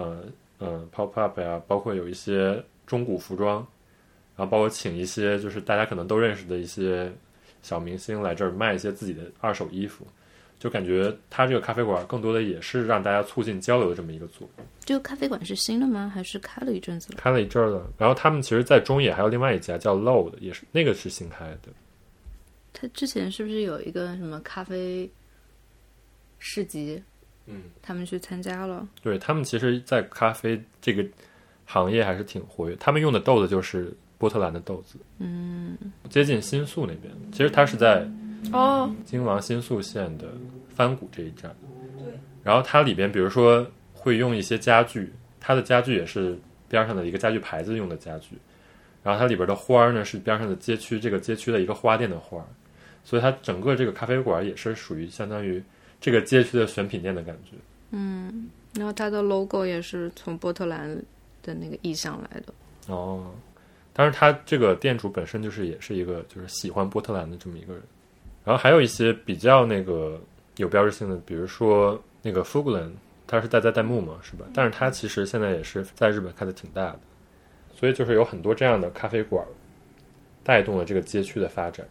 Pop-up 呀，包括有一些中古服装，然后包括请一些就是大家可能都认识的一些小明星来这儿卖一些自己的二手衣服，就感觉它这个咖啡馆更多的也是让大家促进交流的这么一个作用。 这个咖啡馆是新的吗？还是开了一阵子了？ 开了一阵了，然后他们其实在中野还有另外一家叫 Low 的，也是那个是新开的。 他之前是不是有一个什么咖啡市集？他们去参加了。对， 他们其实在咖啡这个行业还是挺活跃，他们用的豆子就是波特兰的豆子，接近新宿那边。其实它是在京王新宿线的藩谷这一站。对，然后它里边比如说会用一些家具，它的家具也是边上的一个家具牌子用的家具，然后它里边的花呢是边上的街区这个街区的一个花店的花，所以它整个这个咖啡馆也是属于相当于这个街区的选品店的感觉。 然后它的 logo 也是从波特兰的那个意象来的。 当然他这个店主本身就是也是一个就是喜欢波特兰的这么一个人。然后还有一些比较那个有标志性的，比如说那个 Fugulan， 他是在代木嘛，是吧？但是他其实现在也是在日本开的挺大的，所以就是有很多这样的咖啡馆带动了这个街区的发展。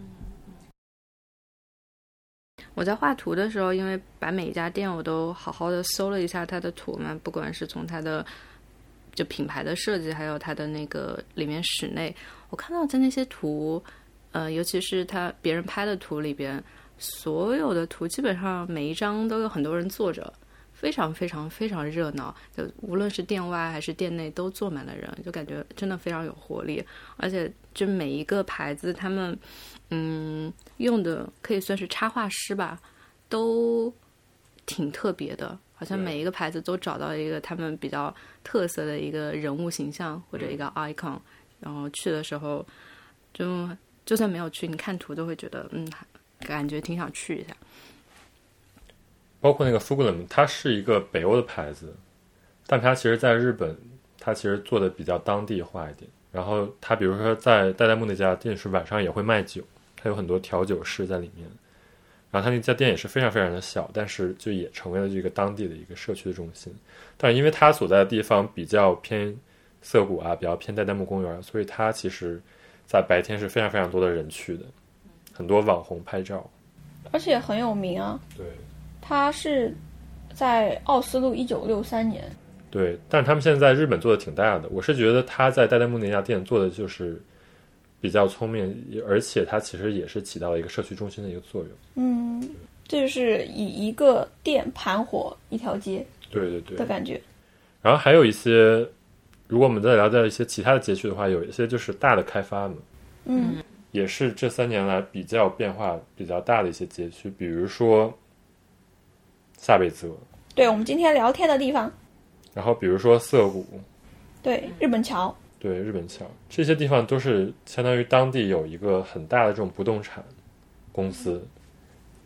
我在画图的时候，因为把每一家店我都好好的搜了一下它的图嘛，不管是从它的就品牌的设计，还有它的那个里面室内，我看到在那些图尤其是他别人拍的图里边，所有的图基本上每一张都有很多人坐着，非常非常非常热闹，就无论是店外还是店内都坐满了人，就感觉真的非常有活力。而且就每一个牌子他们用的可以算是插画师吧，都挺特别的，好像每一个牌子都找到一个他们比较特色的一个人物形象或者一个 icon，然后去的时候就算没有去，你看图都会觉得感觉挺想去一下。 包括那个 Fugulan， 它是一个北欧的牌子，但它其实在日本它其实做的比较当地化一点。然后它比如说在代木那家店是晚上也会卖酒，它有很多调酒师在里面，然后它那家店也是非常非常的小，但是就也成为了这个当地的一个社区的中心。但是因为它所在的地方比较偏涩谷啊，比较偏代木公园，所以它其实在白天是非常非常多的人去的，很多网红拍照， 而且很有名啊。 对， 它是在奥斯陆1963年。 对，但是他们现在在日本做的挺大的。我是觉得他在代木那家店做的就是比较聪明，而且它其实也是起到了一个社区中心的一个作用。 这就是以一个店盘活一条街， 对对对的感觉。 然后还有一些，如果我们再聊到一些其他的街区的话，有一些就是大的开发嘛，也是这3年来比较变化比较大的一些街区，比如说下北泽， 对，我们今天聊天的地方。 然后比如说涩谷， 对，日本桥， 对，日本桥，这些地方都是相当于当地有一个很大的这种不动产公司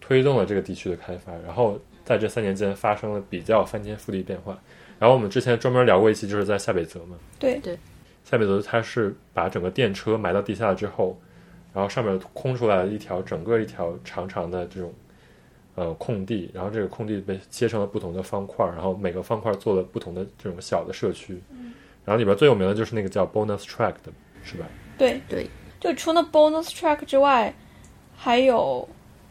推动了这个地区的开发，然后在这3年间发生了比较翻天覆地变化。然后我们之前专门聊过一期，就是在夏北泽嘛。 对， 夏北泽它是把整个电车埋到地下之后，然后上面空出来了整个一条长长的这种空地，然后这个空地被切成了不同的方块，然后每个方块做了不同的这种小的社区。然后里边最有名的就是那个叫 bonus track 的，是吧？ 对，就除了 bonus track 之外，还有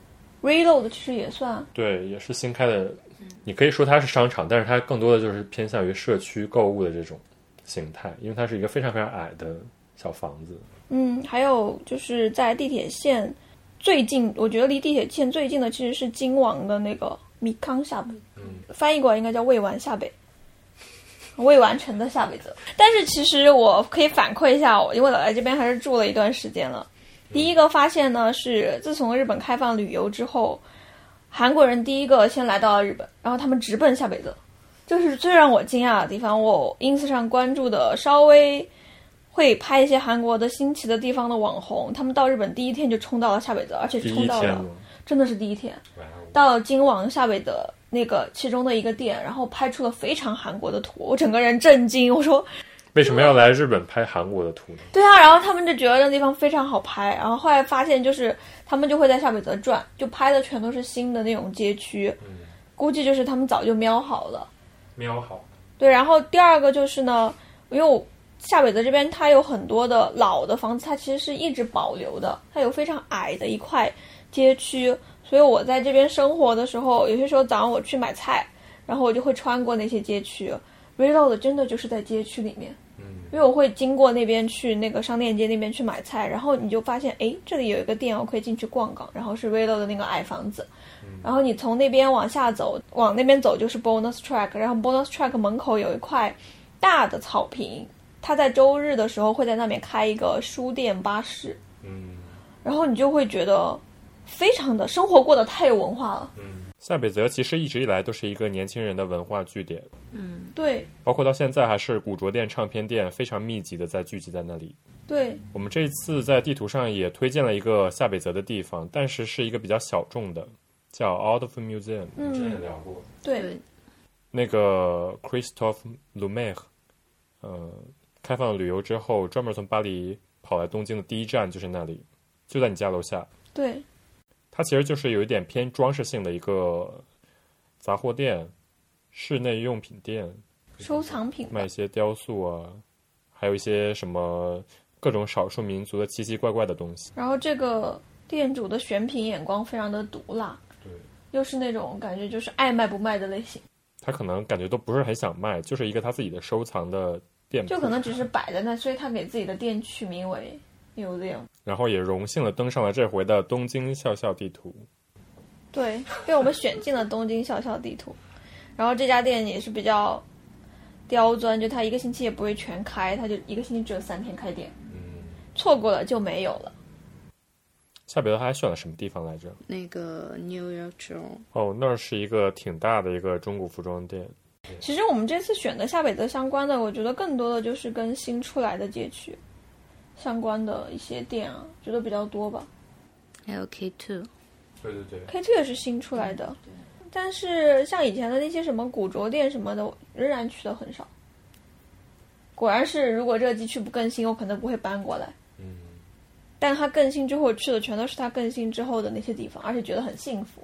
reload 其实也算。 对，也是新开的。你可以说它是商场，但是它更多的就是偏向于社区购物的这种形态，因为它是一个非常非常矮的小房子。 还有就是在地铁线最近，我觉得离地铁线最近的其实是金王的那个米康夏北，翻译过来应该叫未完夏北，未完成的夏北泽。但是其实我可以反馈一下，因为我来这边还是住了一段时间了。第一个发现呢是，自从日本开放旅游之后，韩国人第一个先来到了日本，然后他们直奔夏北泽，就是最让我惊讶的地方。我 ins 上关注的稍微会拍一些韩国的新奇的地方的网红，他们到日本第一天就冲到了夏北泽，而且冲到了真的是第一天，到了金王夏北泽那个其中的一个店，然后拍出了非常韩国的图，我整个人震惊。我说为什么要来日本拍韩国的图呢？ 对啊，然后他们就觉得那地方非常好拍，然后后来发现就是他们就会在夏北泽转，就拍的全都是新的那种街区，估计就是他们早就瞄好了。对，然后第二个就是呢，因为我夏北泽这边它有很多的老的房子，它其实是一直保留的，它有非常矮的一块街区，所以我在这边生活的时候，有些时候早上我去买菜，然后我就会穿过那些街区。reload 真的就是在街区里面，因为我会经过那边去那个商店街那边去买菜，然后你就发现诶这里有一个店我可以进去逛逛，然后是 reload 的那个矮房子，然后你从那边往下走，往那边走就是 bonus track， 然后 bonus track 门口有一块大的草坪，他在周日的时候会在那边开一个书店巴士，然后你就会觉得非常的生活过得太有文化了。 夏北泽其实一直以来都是一个年轻人的文化据点， 对， 包括到现在还是古着店、唱片店非常密集的在聚集在那里。 对， 我们这一次在地图上也推荐了一个夏北泽的地方，但是是一个比较小众的，叫 Out of Museum，我们之前也聊过。 对， 那个 Christophe Lumer，开放了旅游之后，专门从巴黎跑来东京的第一站就是那里，就在你家楼下。 对， 它其实就是有一点偏装饰性的一个杂货店、室内用品店、 收藏品， 卖一些雕塑啊，还有一些什么各种少数民族的奇奇怪怪的东西。 然后这个店主的选品眼光非常的毒辣， 对， 又是那种感觉就是爱卖不卖的类型。 他可能感觉都不是很想卖，就是一个他自己的收藏的店铺， 就可能只是摆在那，所以他给自己的店取名为 Museum。 然后也荣幸的登上了这回的东京笑笑地图。 对，被我们选进了东京笑笑地图。然后这家店也是比较刁钻，就他一个星期也不会全开，他就一个星期只有3天开店，错过了就没有了。 夏北泽还选了什么地方来着？ 那个 New York Show。 哦，那是一个挺大的一个中古服装店。 其实我们这次选的夏北泽相关的，我觉得更多的就是跟新出来的街区相关的一些店啊，觉得比较多吧。 还有 K2。 对对对 ，K2 也是新出来的，但是像以前的那些什么古着店什么的，仍然去的很少。果然是，如果这个街区不更新，我可能不会搬过来。但它更新之后，我去的全都是它更新之后的那些地方，而且觉得很幸福。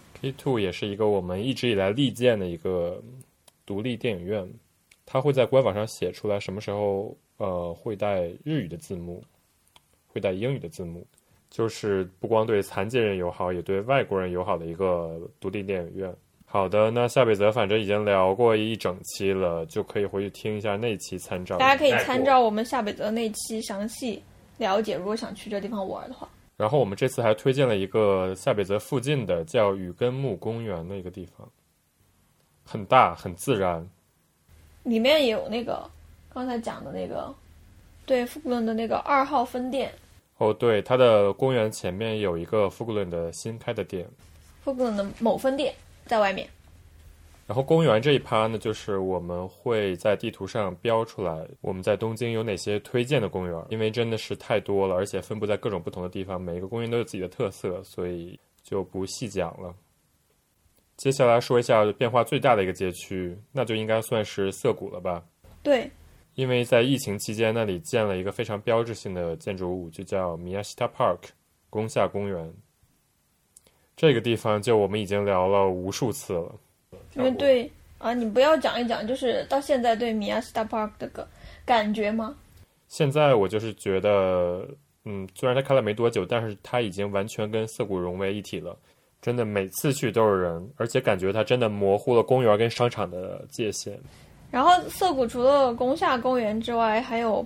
K2 也是一个我们一直以来力荐的一个独立电影院，它会在官网上写出来什么时候会带日语的字幕，会带英语的字幕，就是不光对残疾人友好，也对外国人友好的一个独立电影院。好的，那夏北泽反正已经聊过一整期了，就可以回去听一下那期参照。 大家可以参照我们夏北泽那期详细了解，如果想去这地方玩的话。 然后我们这次还推荐了一个夏北泽附近的叫雨根木公园的一个地方，很大很自然， 里面也有那个刚才讲的那个对福伦的那个2号分店。 哦对，它的公园前面有一个福伦的新开的店， 福伦的某分店在外面。 然后公园这一趴呢，就是我们会在地图上标出来我们在东京有哪些推荐的公园，因为真的是太多了，而且分布在各种不同的地方，每一个公园都有自己的特色，所以就不细讲了。接下来说一下变化最大的一个街区，那就应该算是涩谷了吧。 对， 因为在疫情期间那里建了一个非常标志性的建筑物，就叫 Miyashita Park 宫下公园。这个地方就我们已经聊了无数次了。 因为对啊，你不要讲一讲，就是到现在对 Miyashita Park 这个感觉吗？ 现在我就是觉得虽然它开了没多久，但是它已经完全跟涩谷融为一体了。真的每次去都是人，而且感觉它真的模糊了公园跟商场的界限。 然后涩谷除了宫下公园之外，还有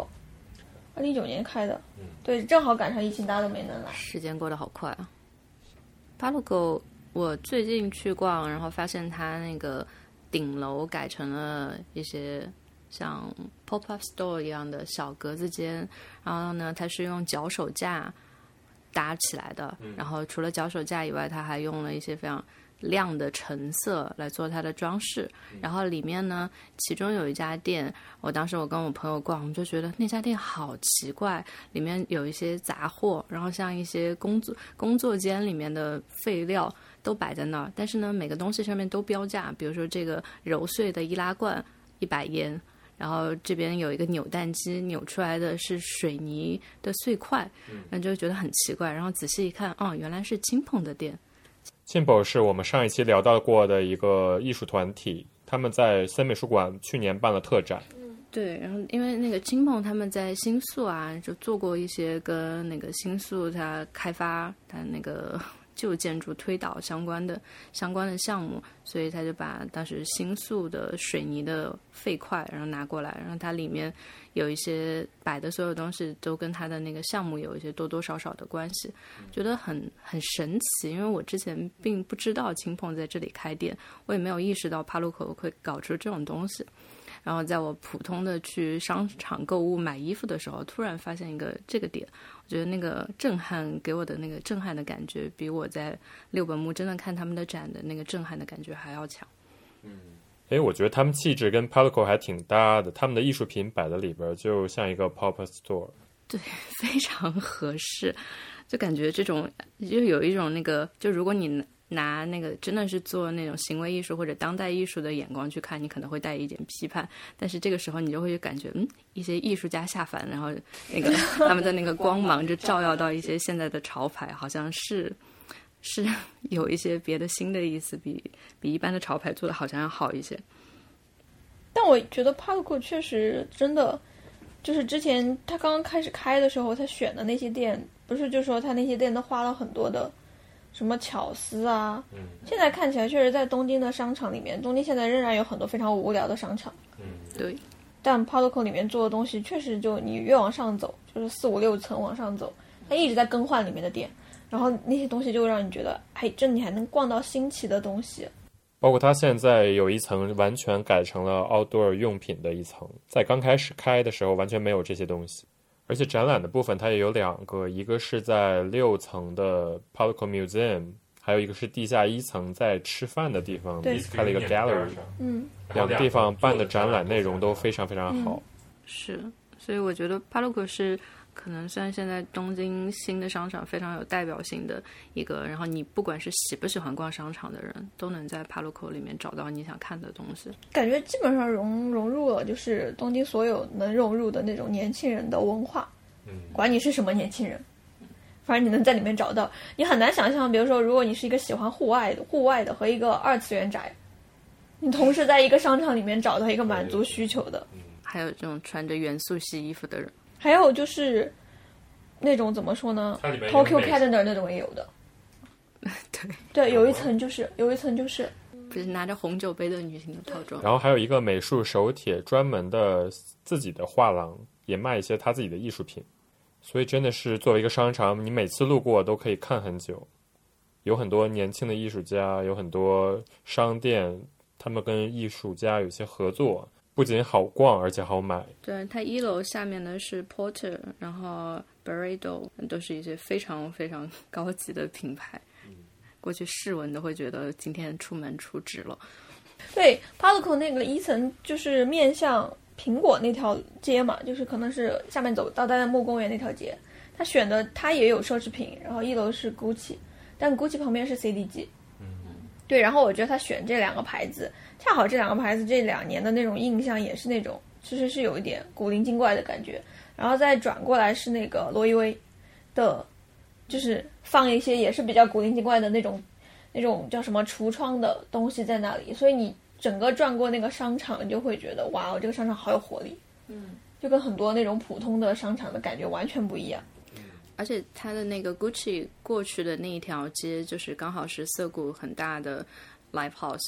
PARCO，2019年开的，对，正好赶上疫情，大家都没能来。 时间过得好快啊。PARCO 我最近去逛，然后发现它那个顶楼改成了一些像 pop-up store 一样的小格子间，然后呢，它是用脚手架搭起来的，然后除了脚手架以外，它还用了一些非常亮的橙色来做它的装饰。然后里面呢，其中有一家店，当时我跟我朋友逛，我们就觉得那家店好奇怪，里面有一些杂货，然后像一些工作间里面的废料都摆在那儿，但是呢，每个东西上面都标价，比如说这个揉碎的易拉罐100yen。然后这边有一个扭蛋机，扭出来的是水泥的碎块，那就觉得很奇怪。然后仔细一看，原来是金鹏的店。 金鹏是我们上一期聊到过的一个艺术团体，他们在森美术馆去年办了特展。 对，然后因为那个金鹏他们在新宿啊，就做过一些跟那个新宿它开发它那个旧建筑推倒相关的项目，所以他就把当时新宿的水泥的废块然后拿过来，然后它里面有一些摆的所有东西都跟它的那个项目有一些多多少少的关系，觉得很神奇。因为我之前并不知道金鹏在这里开店，我也没有意识到PARCO会搞出这种东西。然后在我普通的去商场购物买衣服的时候，突然发现这个点，我觉得那个给我的那个震撼的感觉，比我在六本木真的看他们的展的那个震撼的感觉还要强。 我觉得他们气质跟 PARCO 还挺搭的，他们的艺术品摆在里边就像一个 pop-up store。 对，非常合适，就感觉这种就有一种那个，就如果你拿那个真的是做那种行为艺术或者当代艺术的眼光去看，你可能会带一点批判，但是这个时候你就会感觉一些艺术家下凡，然后那个他们的那个光芒就照耀到一些现在的潮牌，好像是有一些别的新的意思，比一般的潮牌做的好像要好一些。 但我觉得 PARCO 确实真的就是之前他刚刚开始开的时候，他选的那些店，不是就说他那些店都花了很多的什么巧思啊，现在看起来确实在东京的商场里面，东京现在仍然有很多非常无聊的商场， 对， 但 PARCO 里面做的东西确实就你越往上走，就是4、5、6层往上走，它一直在更换里面的店，然后那些东西就让你觉得这你还能逛到新奇的东西。 包括它现在有一层完全改成了 outdoor 用品的一层，在刚开始开的时候完全没有这些东西。而且展览的部分它也有2个，一个是在6层的 PARCO Museum， 还有一个是地下1层在吃饭的地方开了一个 gallery。2个地方办的展览内容都非常非常好。 是，所以我觉得 PARCO 是可能算现在东京新的商场非常有代表性的一个，然后你不管是喜不喜欢逛商场的人，都能在 PARCO 里面找到你想看的东西。 感觉基本上融入了就是东京所有能融入的那种年轻人的文化，管你是什么年轻人，反正你能在里面找到。你很难想象，比如说如果你是一个喜欢户外的和一个2次元宅，你同时在一个商场里面找到一个满足需求的。 还有这种穿着元素系衣服的人， 还有就是那种怎么说呢 Tokyo Calendar 那种也有的。对，有一层就是不是拿着红酒杯的女性的套装。 然后还有一个美术手帖专门的自己的画廊，也卖一些他自己的艺术品。所以真的是作为一个商场，你每次路过都可以看很久。有很多年轻的艺术家，有很多商店，他们跟艺术家有些合作，不仅好逛而且好买。 对，它1楼下面的是 Porter， 然后 Byredo， 都是一些非常非常高级的品牌，过去试闻都会觉得今天出门出值了。 对， PARCO 那个1层就是面向苹果那条街嘛，就是可能是下面走到代代木公园那条街，他选的他也有奢侈品，然后1楼是 Gucci， 但 Gucci 旁边是 CDG。对，然后我觉得他选这两个牌子，恰好这两个牌子这2年的那种印象也是那种，其实是有一点古灵精怪的感觉。然后再转过来是那个罗意威的，就是放一些也是比较古灵精怪的那种叫什么橱窗的东西在那里，所以你整个转过那个商场，你就会觉得哇，这个商场好有活力。就跟很多那种普通的商场的感觉完全不一样。 而且它的那个 Gucci 过去的那一条街，就是刚好是涩谷很大的 live house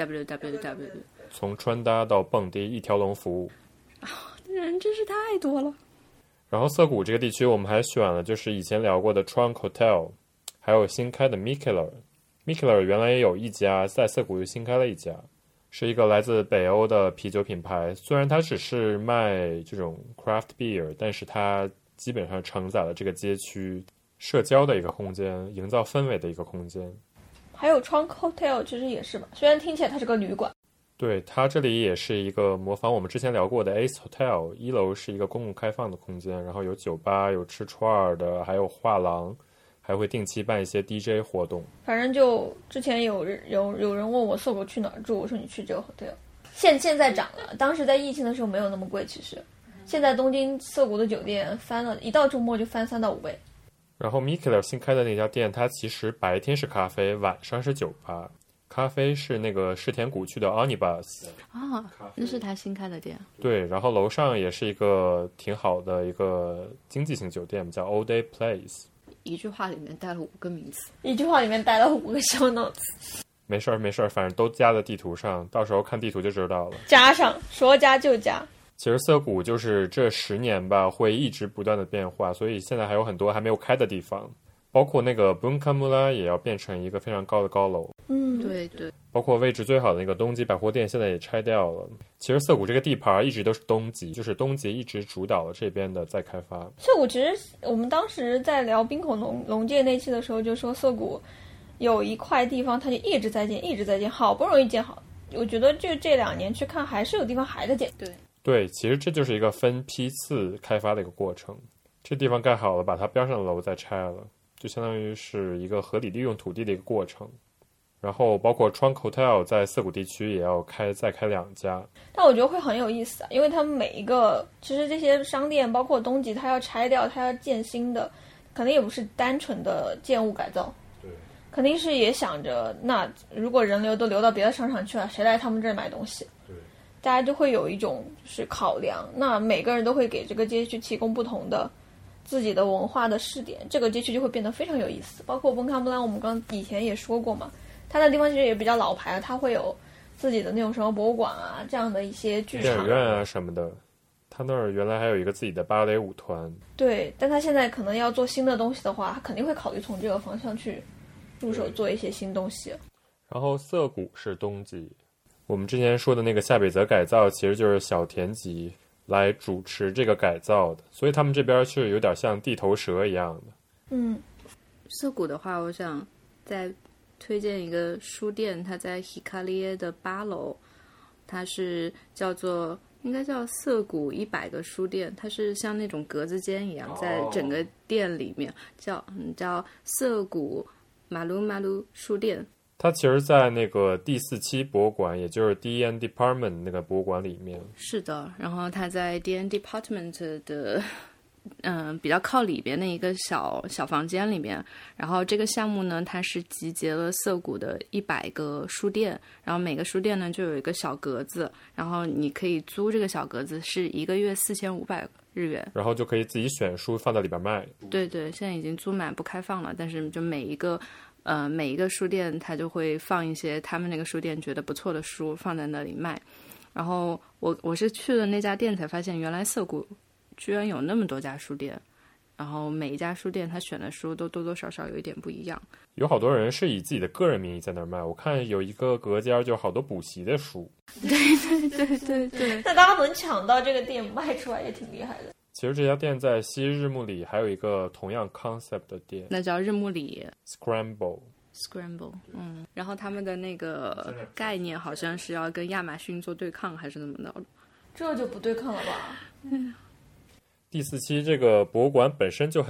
www， 从穿搭到蹦迪一条龙服务， 人真是太多了。 然后涩谷这个地区我们还选了就是以前聊过的 Trunk Hotel， 还有新开的 Mikkeller 原来也有一家，在涩谷又新开了一家，是一个来自北欧的啤酒品牌。虽然它只是卖这种 craft beer， 但是它基本上承载了这个街区社交的一个空间，营造氛围的一个空间。 还有 Trunk Hotel 其实也是吧，虽然听起来它是个旅馆。 对，它这里也是一个模仿我们之前聊过的 Ace Hotel， 1楼是一个公共开放的空间，然后有酒吧，有吃串的，还有画廊，还会定期办一些 DJ 活动。 反正就之前有人问我涩谷去哪儿住，我说你去这个 hotel。现在涨了，当时在疫情的时候没有那么贵，其实现在东京涩谷的酒店翻了，一到周末就翻3到5倍。 然后 Mikkeller 新开的那家店，它其实白天是咖啡，晚上是酒吧。咖啡是那个世田谷区的 Onibus 啊，那是他新开的店。 对，然后楼上也是一个挺好的一个经济型酒店，叫 All Day Place。 一句话里面带了5个名词， 一句话里面带了5个show notes。 没事儿，反正都加在地图上，到时候看地图就知道了。 加上，说加就加。 其实涩谷就是这10年吧，会一直不断的变化，所以现在还有很多还没有开的地方，包括那个 Bunkamura 也要变成一个非常高的高楼。 对对， 包括位置最好的那个东极百货店现在也拆掉了。其实涩谷这个地盘一直都是东极，就是东极一直主导了这边的再开发。 涩谷其实我们当时在聊滨口龙界那期的时候就说，涩谷有一块地方它就一直在建，好不容易建好。我觉得就这2年去看，还是有地方还在建。 对，其实这就是一个分批次开发的一个过程。这地方盖好了，把它边上的楼再拆了，就相当于是一个合理利用土地的一个过程。然后包括 Trunk Hotel 在涩谷地区也要再开2家， 但我觉得会很有意思啊，因为他们每一个其实这些商店，包括东极，它要拆掉，它要建新的，肯定也不是单纯的建物改造， 对， 肯定是也想着，那如果人流都流到别的商场去了，谁来他们这儿买东西？ 对， 大家就会有一种就是考量，那每个人都会给这个街区提供不同的自己的文化的试点，这个街区就会变得非常有意思。包括本卡布兰，我们以前也说过嘛。它的地方其实也比较老牌了，它会有自己的那种什么博物馆啊，这样的一些剧场、 电影院啊什么的。它那儿原来还有一个自己的芭蕾舞团。 对，但它现在可能要做新的东西的话，它肯定会考虑从这个方向去入手做一些新东西。 然后涩谷是东极，我们之前说的那个下北泽改造，其实就是小田急来主持这个改造的，所以他们这边是有点像地头蛇一样的。 涩谷的话，我想再推荐一个书店，它在 Hikarie 的8楼，它是应该叫涩谷100个书店，它是像那种格子间一样，在整个店里面叫涩谷马路书店。 它其实在那个第4期博物馆，也就是 DN Department 那个博物馆里面。 是的，然后它在 DN Department 的比较靠里边的一个小房间里面，然后这个项目呢，它是集结了涩谷的100个书店，然后每个书店呢就有一个小格子，然后你可以租这个小格子，是1个月4500日元， 然后就可以自己选书放在里边卖。 对，现在已经租满不开放了，但是就每一个书店它就会放一些他们那个书店觉得不错的书放在那里卖。然后我是去了那家店才发现，原来涩谷居然有那么多家书店，然后每一家书店他选的书都多多少少有一点不一样。 有好多人是以自己的个人名义在那儿卖，我看有一个隔间就好多补习的书。 对， 那大家能抢到这个店卖出来也挺厉害的。 其实这家店在西日暮里还有一个同样 concept 的店， 那叫日暮里 Scramble。 然后他们的那个概念好像是要跟亚马逊做对抗还是怎么的，这就不对抗了吧？ 第4期这个博物馆本身就很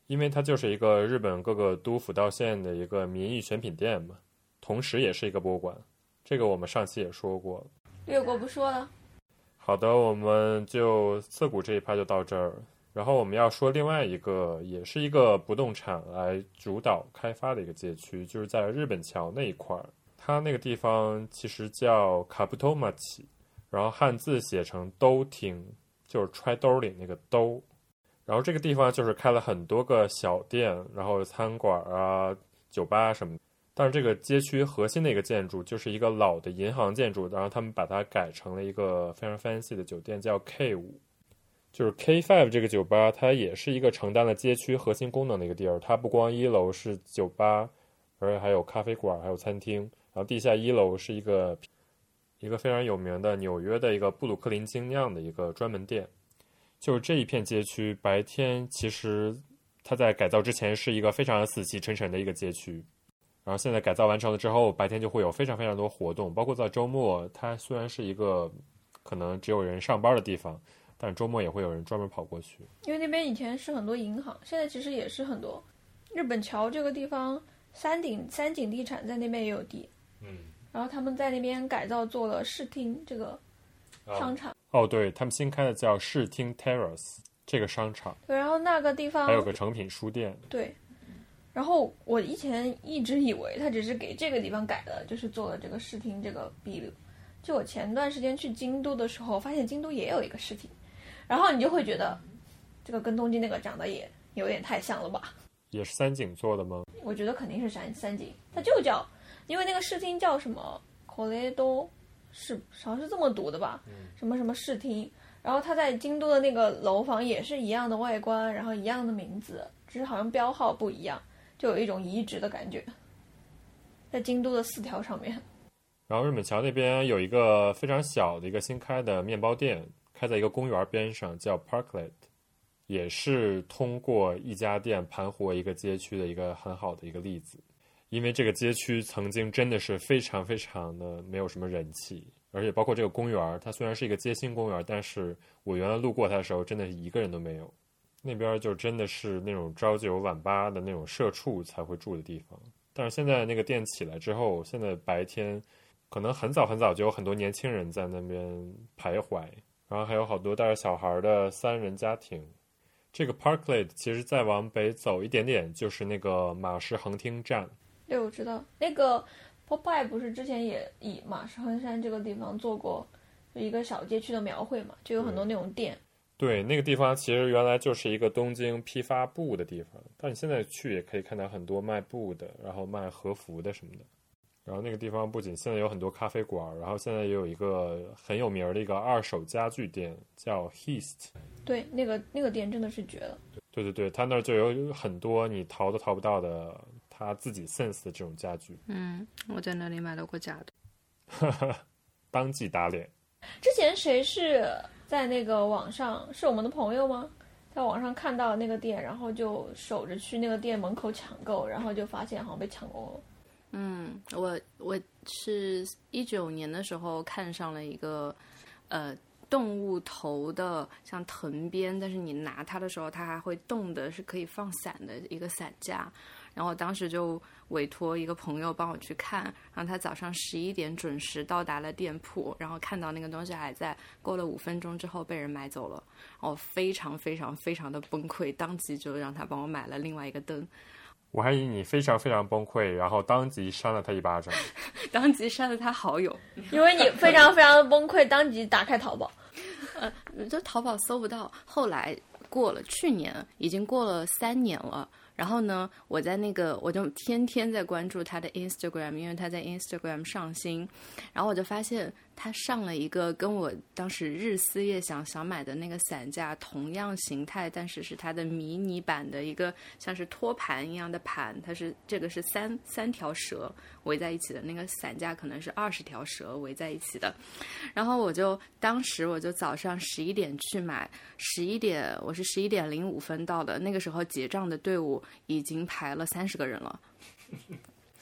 因为它就是一个日本各个都府道县的一个民艺选品店嘛，同时也是一个博物馆。这个我们上期也说过， 略过不说了。 好的，我们就涩谷这一趴就到这儿。然后我们要说另外一个，也是一个不动产来主导开发的一个街区，就是在日本桥那一块儿。它那个地方其实叫卡布托马奇，然后汉字写成兜町，就是揣兜里那个兜。然后这个地方就是开了很多个小店，然后餐馆啊、酒吧什么的。但是这个街区核心的一个建筑就是一个老的银行建筑，然后他们把它改成了一个非常 fancy 的酒店，叫 K5。就是 K5 这个酒吧，它也是一个承担了街区核心功能的一个地儿。它不光一楼是酒吧，而且还有咖啡馆，还有餐厅。然后地下一楼是一个非常有名的纽约的一个布鲁克林精酿的一个专门店。就是这一片街区，白天其实它在改造之前是一个非常死气沉沉的一个街区。然后现在改造完成了之后，白天就会有非常非常多活动，包括在周末，它虽然是一个可能只有人上班的地方，但周末也会有人专门跑过去。 因为那边以前是很多银行，现在其实也是很多。日本桥这个地方，三井地产在那边也有地，然后他们在那边改造做了视听这个商场。 对，他们新开的叫视听 Terrace 这个商场。 对，然后那个地方还有个诚品书店。 对。然后我以前一直以为他只是给这个地方改了，就是做了这个视听这个比例。就我前段时间去京都的时候，发现京都也有一个视听，然后你就会觉得这个跟东京那个长得也有点太像了吧？ 也是三井做的吗？ 我觉得肯定是三井，它就叫，因为那个视听叫什么 Koredo， 是好像是这么读的吧？什么什么视听，然后它在京都的那个楼房也是一样的外观，然后一样的名字，只是好像标号不一样。就有一种移植的感觉，在京都的4条上面。 然后日本桥那边有一个非常小的一个新开的面包店，开在一个公园边上，叫 Parklet， 也是通过一家店盘活一个街区的一个很好的一个例子。因为这个街区曾经真的是非常非常的没有什么人气，而且包括这个公园，它虽然是一个街心公园，但是我原来路过它的时候，真的是一个人都没有。那边就真的是那种朝九晚八的那种社畜才会住的地方。但是现在那个店起来之后，现在白天可能很早很早就有很多年轻人在那边徘徊，然后还有好多带着小孩的3人家庭。这个 Parklet 其实再往北走一点点就是那个马石横町站。 对，我知道那个 Popeye 不是之前也以马石横山这个地方做过一个小街区的描绘嘛，就有很多那种店。 对，那个地方其实原来就是一个东京批发布的地方，但你现在去也可以看到很多卖布的，然后卖和服的什么的。然后那个地方不仅现在有很多咖啡馆，然后现在也有一个很有名的一个二手家具店，叫 Heist。 对，那个店真的是绝了。 对对对，他那儿就有很多你淘都淘不到的他自己 sense 的这种家具。 我在那里买到过假的。 当即打脸。 之前谁是在那个网上，是我们的朋友吗？在网上看到那个店，然后就守着去那个店门口抢购，然后就发现好像被抢光了。 我是19年的时候看上了一个动物头的像藤编，但是你拿它的时候它还会动的，是可以放伞的一个伞架。然后我当时就委托一个朋友帮我去看，然后他早上11点准时到达了店铺，然后看到那个东西还在，过了5分钟之后被人买走了，然后非常非常非常的崩溃，当即就让他帮我买了另外一个灯。 我还以为你非常非常崩溃，然后当即扇了他一巴掌。 当即删了他好友。 因为你非常非常的崩溃，当即打开淘宝。 就淘宝搜不到，后来过了，去年已经过了3年了。然后呢，我就天天在关注他的 Instagram， 因为他在 Instagram 上新，然后我就发现他上了一个跟我当时日思夜想买的那个伞架同样形态，但是是它的迷你版的一个像是托盘一样的盘，这个是三条蛇围在一起的，那个伞架可能是20条蛇围在一起的。然后当时我就早上11点去买，我是11点05分到的，那个时候结账的队伍已经排了30个人了。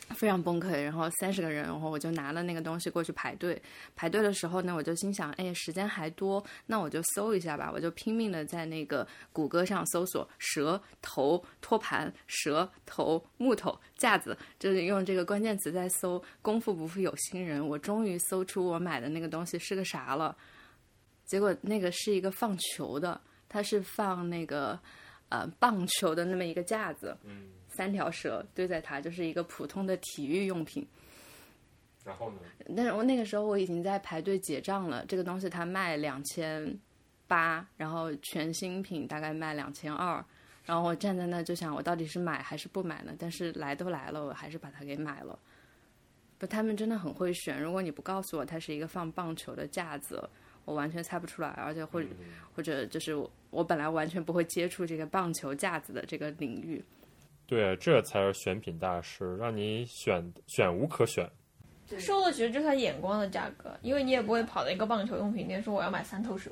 非常崩溃，然后30个人，然后我就拿了那个东西过去排队。排队的时候呢，我就心想，哎，时间还多，那我就搜一下吧。我就拼命的在那个谷歌上搜索蛇头托盘、蛇头木头架子，就是用这个关键词在搜。功夫不负有心人，我终于搜出我买的那个东西是个啥了。结果那个是一个放球的，它是放那个棒球的那么一个架子。3条蛇堆在它，就是一个普通的体育用品。 然后呢？ 但是我那个时候我已经在排队结账了，这个东西它卖2800，然后全新品大概卖2200，然后我站在那就想，我到底是买还是不买呢？但是来都来了，我还是把它给买了。不，他们真的很会选，如果你不告诉我它是一个放棒球的架子，我完全猜不出来，而且或者就是我本来完全不会接触这个棒球架子的这个领域。 对，这才是选品大师，让你选无可选。 收的其实就是他眼光的价格，因为你也不会跑到一个棒球用品店说我要买3头蛇，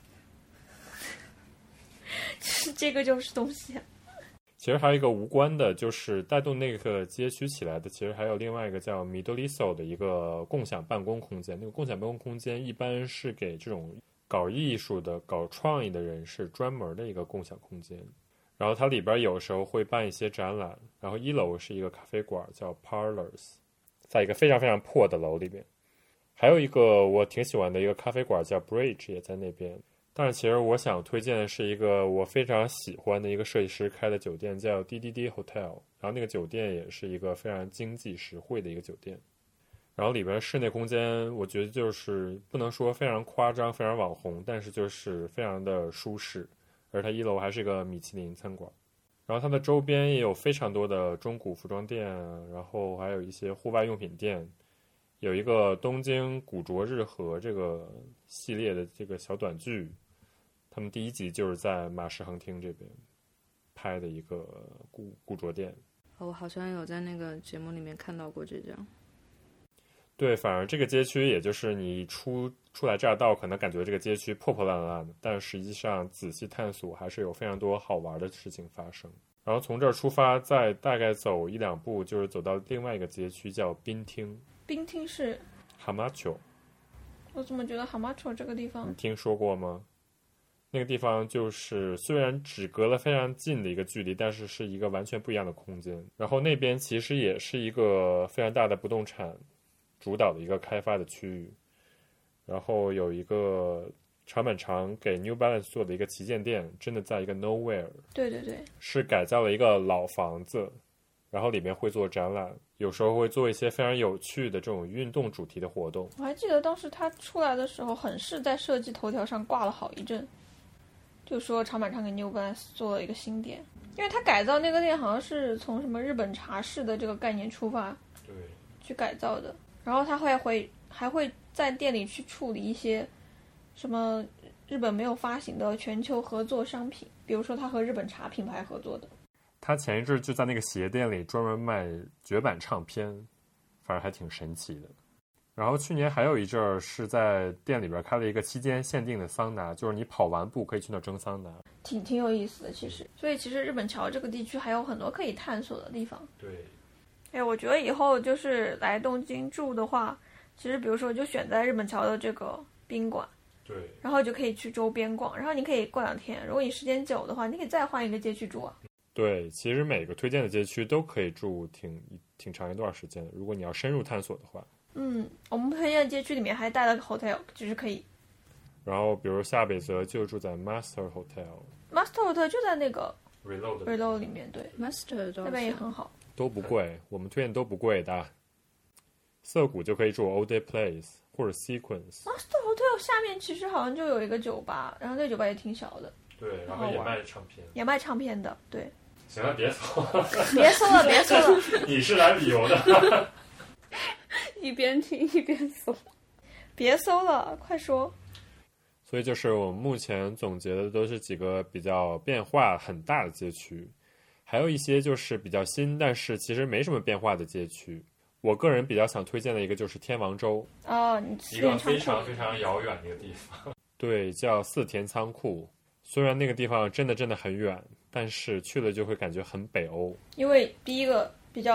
这个就是东西。 其实还有一个无关的，就是带动那个街区起来的，其实还有另外一个叫 Midoliso 的一个共享办公空间。那个共享办公空间一般是给这种搞艺术的、搞创意的人士专门的一个共享空间。然后它里边有时候会办一些展览，然后1楼是一个咖啡馆叫 Parlors， 在一个非常非常破的楼里边。还有一个我挺喜欢的一个咖啡馆叫 Bridge， 也在那边。但是其实我想推荐的是一个我非常喜欢的一个设计师开的酒店，叫 DDD Hotel。然后那个酒店也是一个非常经济实惠的一个酒店。然后里边室内空间我觉得就是不能说非常夸张、非常网红，但是就是非常的舒适。而它1楼还是一个米其林餐馆。然后它的周边也有非常多的中古服装店，然后还有一些户外用品店。有一个东京古着日和这个系列的这个小短剧，他们第1集就是在马石横町这边拍的一个古着店。 我好像有在那个节目里面看到过这张。 对，反而这个街区也就是你初来乍到可能感觉这个街区破破烂烂的，但实际上仔细探索还是有非常多好玩的事情发生。然后从这儿出发，再大概走1-2步就是走到另外一个街区叫滨町。 滨町是 Hamacho。 我怎么觉得 Hamacho 这个地方你听说过吗？那个地方就是虽然只隔了非常近的一个距离，但是是一个完全不一样的空间。然后那边其实也是一个非常大的不动产主导的一个开发的区域。然后有一个长板厂给 New Balance 做的一个旗舰店，真的在一个 nowhere。 对对对， 是改造了一个老房子，然后里面会做展览，有时候会做一些非常有趣的这种运动主题的活动。 我还记得当时它出来的时候，很是在设计头条上挂了好一阵，就说长板厂给 New Balance 做了一个新店，因为它改造那个店好像是从什么日本茶室的这个概念出发， 对， 去改造的。然后它还会在店里去处理一些什么日本没有发行的全球合作商品，比如说它和日本茶品牌合作的。 他前一阵就在那个鞋店里专门卖绝版唱片，反正还挺神奇的。然后去年还有一阵儿是在店里边开了一个期间限定的桑拿，就是你跑完步可以去那蒸桑拿， 挺有意思的其实。所以其实日本桥这个地区还有很多可以探索的地方。 对， 我觉得以后就是来东京住的话，其实比如说就选在日本桥的这个宾馆， 对， 然后就可以去周边逛，然后你可以过2天，如果你时间久的话，你可以再换一个街区住啊。 对，其实每个推荐的街区都可以住挺长一段时间的，如果你要深入探索的话。 我们推荐的街区里面还带了 hotel， 就是可以。 然后比如夏北泽就住在 Master Hotel。Master Hotel 就在那个 Reload 里面，对 Master 那边也很好， 都不贵，我们推荐都不贵的。涩谷就可以住 All Day Place 或者 Sequence。Master Hotel 下面其实好像就有一个酒吧，然后那个酒吧也挺小的。 对，然后也卖唱片， 也卖唱片的，对。 行了，别搜了， 别搜了。 你是来旅游的。 一边听一边搜， 别搜了，快说。 所以就是我们目前总结的都是几个比较变化很大的街区，还有一些就是比较新但是其实没什么变化的街区。我个人比较想推荐的一个就是天王洲， 你一个非常非常遥远的一个地方。对，叫四田仓库。虽然那个地方真的很远，但是去了就会感觉很北欧。 因为第一个比较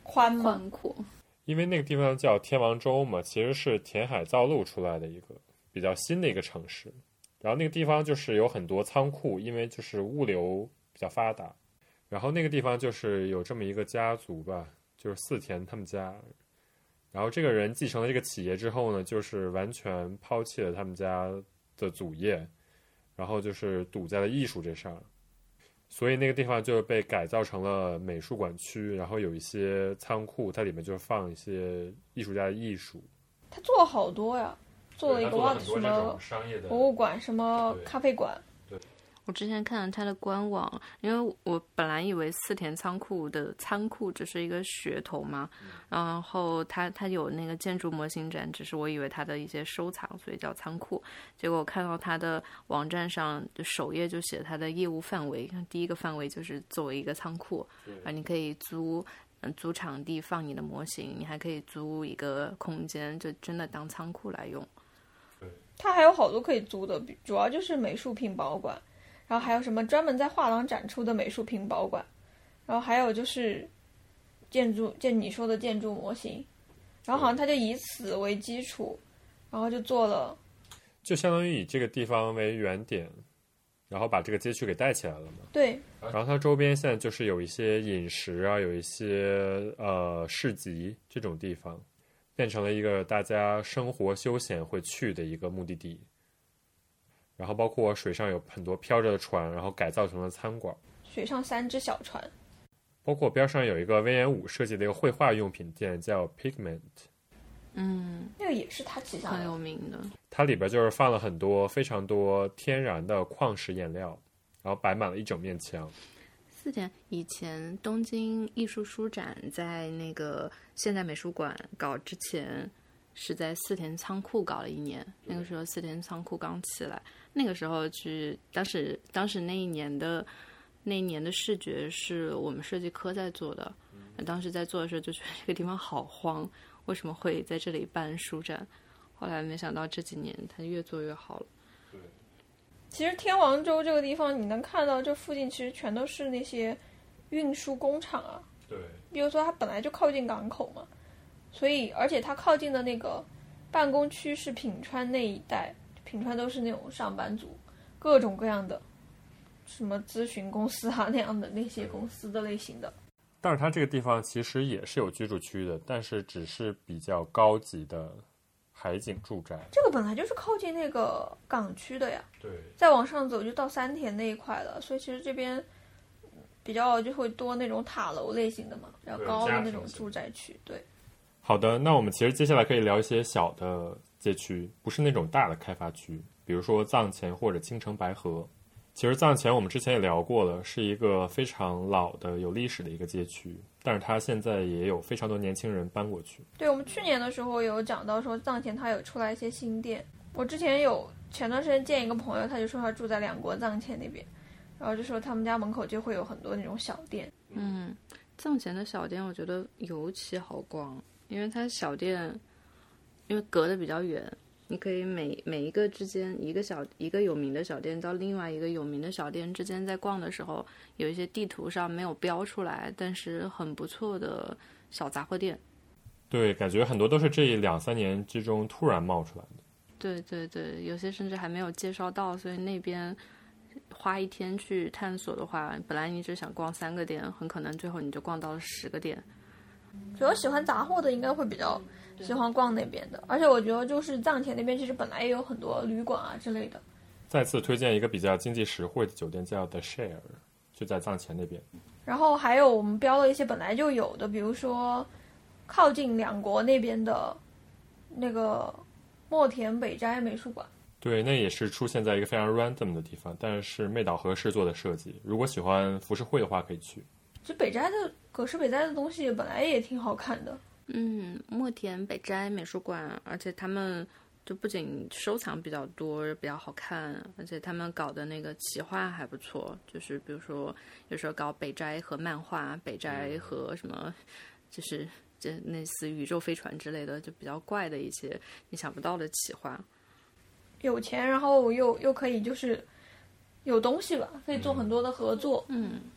宽吗？ 宽阔。 因为那个地方叫天王洲嘛，其实是填海造陆出来的一个比较新的一个城市。然后那个地方就是有很多仓库，因为就是物流比较发达。然后那个地方就是有这么一个家族吧，就是四田他们家。然后这个人继承了这个企业之后呢，就是完全抛弃了他们家的祖业，然后就是赌在了艺术这上，所以那个地方就被改造成了美术馆区，然后有一些仓库，它里面就放一些艺术家的艺术。 他做了好多呀，做了一个什么商业的博物馆，什么咖啡馆。 我之前看了它的官网，因为我本来以为四田仓库的仓库只是一个噱头嘛，然后它有那个建筑模型展，只是我以为它的一些收藏，所以叫仓库。结果我看到它的网站上的首页就写它的业务范围，第一个范围就是作为一个仓库，你可以租场地放你的模型，你还可以租一个空间，就真的当仓库来用。 它还有好多可以租的，主要就是美术品保管。然后还有什么专门在画廊展出的美术品保管，然后还有就是你说的建筑模型，然后好像他就以此为基础，然后就做了， 就相当于以这个地方为原点，然后把这个街区给带起来了嘛。 对。 然后它周边现在就是有一些饮食啊，有一些市集这种地方，变成了一个大家生活休闲会去的一个目的地。然后包括水上有很多漂着的船，然后改造成了餐馆。 水上3只小船。 包括边上有一个威严武设计的一个绘画用品店，叫 Pigment。 那个也是他旗下的， 很有名的。 它里边就是放了非常多天然的矿石颜料，然后摆满了一整面墙。 四田以前东京艺术书展在那个现代美术馆搞之前，是在四田仓库搞了1年，那个时候四田仓库刚起来，那个时候去当时那一年的视觉是我们设计科在做的，当时在做的时候就觉得这个地方好荒，为什么会在这里办书展？后来没想到这几年它越做越好了。 对， 其实天王洲这个地方你能看到，这附近其实全都是那些运输工厂啊。 对， 比如说它本来就靠近港口嘛。所以，而且它靠近的那个办公区是品川那一带，品川都是那种上班族，各种各样的，什么咨询公司啊那样的那些公司的类型的。 但是它这个地方其实也是有居住区的，但是只是比较高级的海景住宅。 这个本来就是靠近那个港区的呀， 对， 再往上走就到三田那一块了，所以其实这边比较就会多那种塔楼类型的嘛，比较高的那种住宅区。对。 好的，那我们其实接下来可以聊一些小的街区，不是那种大的开发区，比如说藏前或者青城白河。其实藏前我们之前也聊过了，是一个非常老的有历史的一个街区，但是它现在也有非常多年轻人搬过去。 对，我们去年的时候有讲到说藏前它有出来一些新店，我之前前段时间见一个朋友，他就说他住在两国藏前那边，然后就说他们家门口就会有很多那种小店。 藏前的小店我觉得尤其好逛，因为它小店因为隔得比较远，你可以每一个之间一个有名的小店到另外一个有名的小店之间在逛的时候，有一些地图上没有标出来但是很不错的小杂货店。 对，感觉很多都是这2-3年之中突然冒出来的。 对对对，有些甚至还没有介绍到，所以那边花1天去探索的话，本来你只想逛3个店，很可能最后你就逛到了10个店。 主要喜欢杂货的应该会比较喜欢逛那边的，而且我觉得就是藏前那边其实本来也有很多旅馆啊之类的。 再次推荐一个比较经济实惠的酒店，叫 The Share， 就在藏前那边。 然后还有我们标了一些本来就有的，比如说靠近两国那边的那个墨田北斋美术馆。 对，那也是出现在一个非常 random 的地方，但是妹岛和世做的设计，如果喜欢浮世绘的话可以去。 其实葛饰北斋的东西本来也挺好看的。 墨田北斋美术馆，而且他们就不仅收藏比较多比较好看，而且他们搞的那个企划还不错，就是比如说有时候搞北斋和漫画，北斋和什么就是这类似宇宙飞船之类的，就比较怪的一些你想不到的企划。 有钱然后又可以就是有东西吧，可以做很多的合作。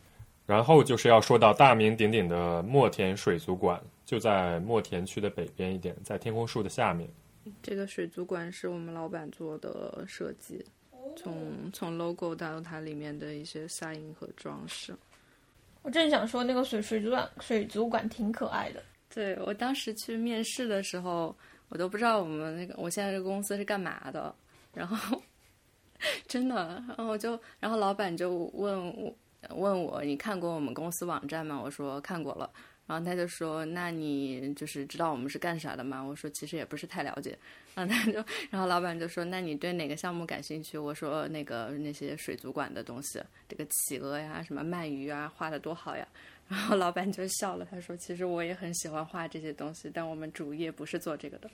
然后就是要说到大名鼎鼎的墨田水族馆，就在墨田区的北边一点，在天空树的下面。 这个水族馆是我们老板做的设计，从 logo 到它里面的一些 sign 和装饰。 我正想说那个水族馆挺可爱的。 对，我当时去面试的时候，我都不知道我现在这个公司是干嘛的，然后真的，然后老板就问我你看过我们公司网站吗？我说看过了。然后他就说那你就是知道我们是干啥的吗？我说其实也不是太了解。然后老板就说那你对哪个项目感兴趣？我说那些水族馆的东西，这个企鹅呀什么鳗鱼啊画的多好呀。然后老板就笑了，他说其实我也很喜欢画这些东西，但我们主业不是做这个的。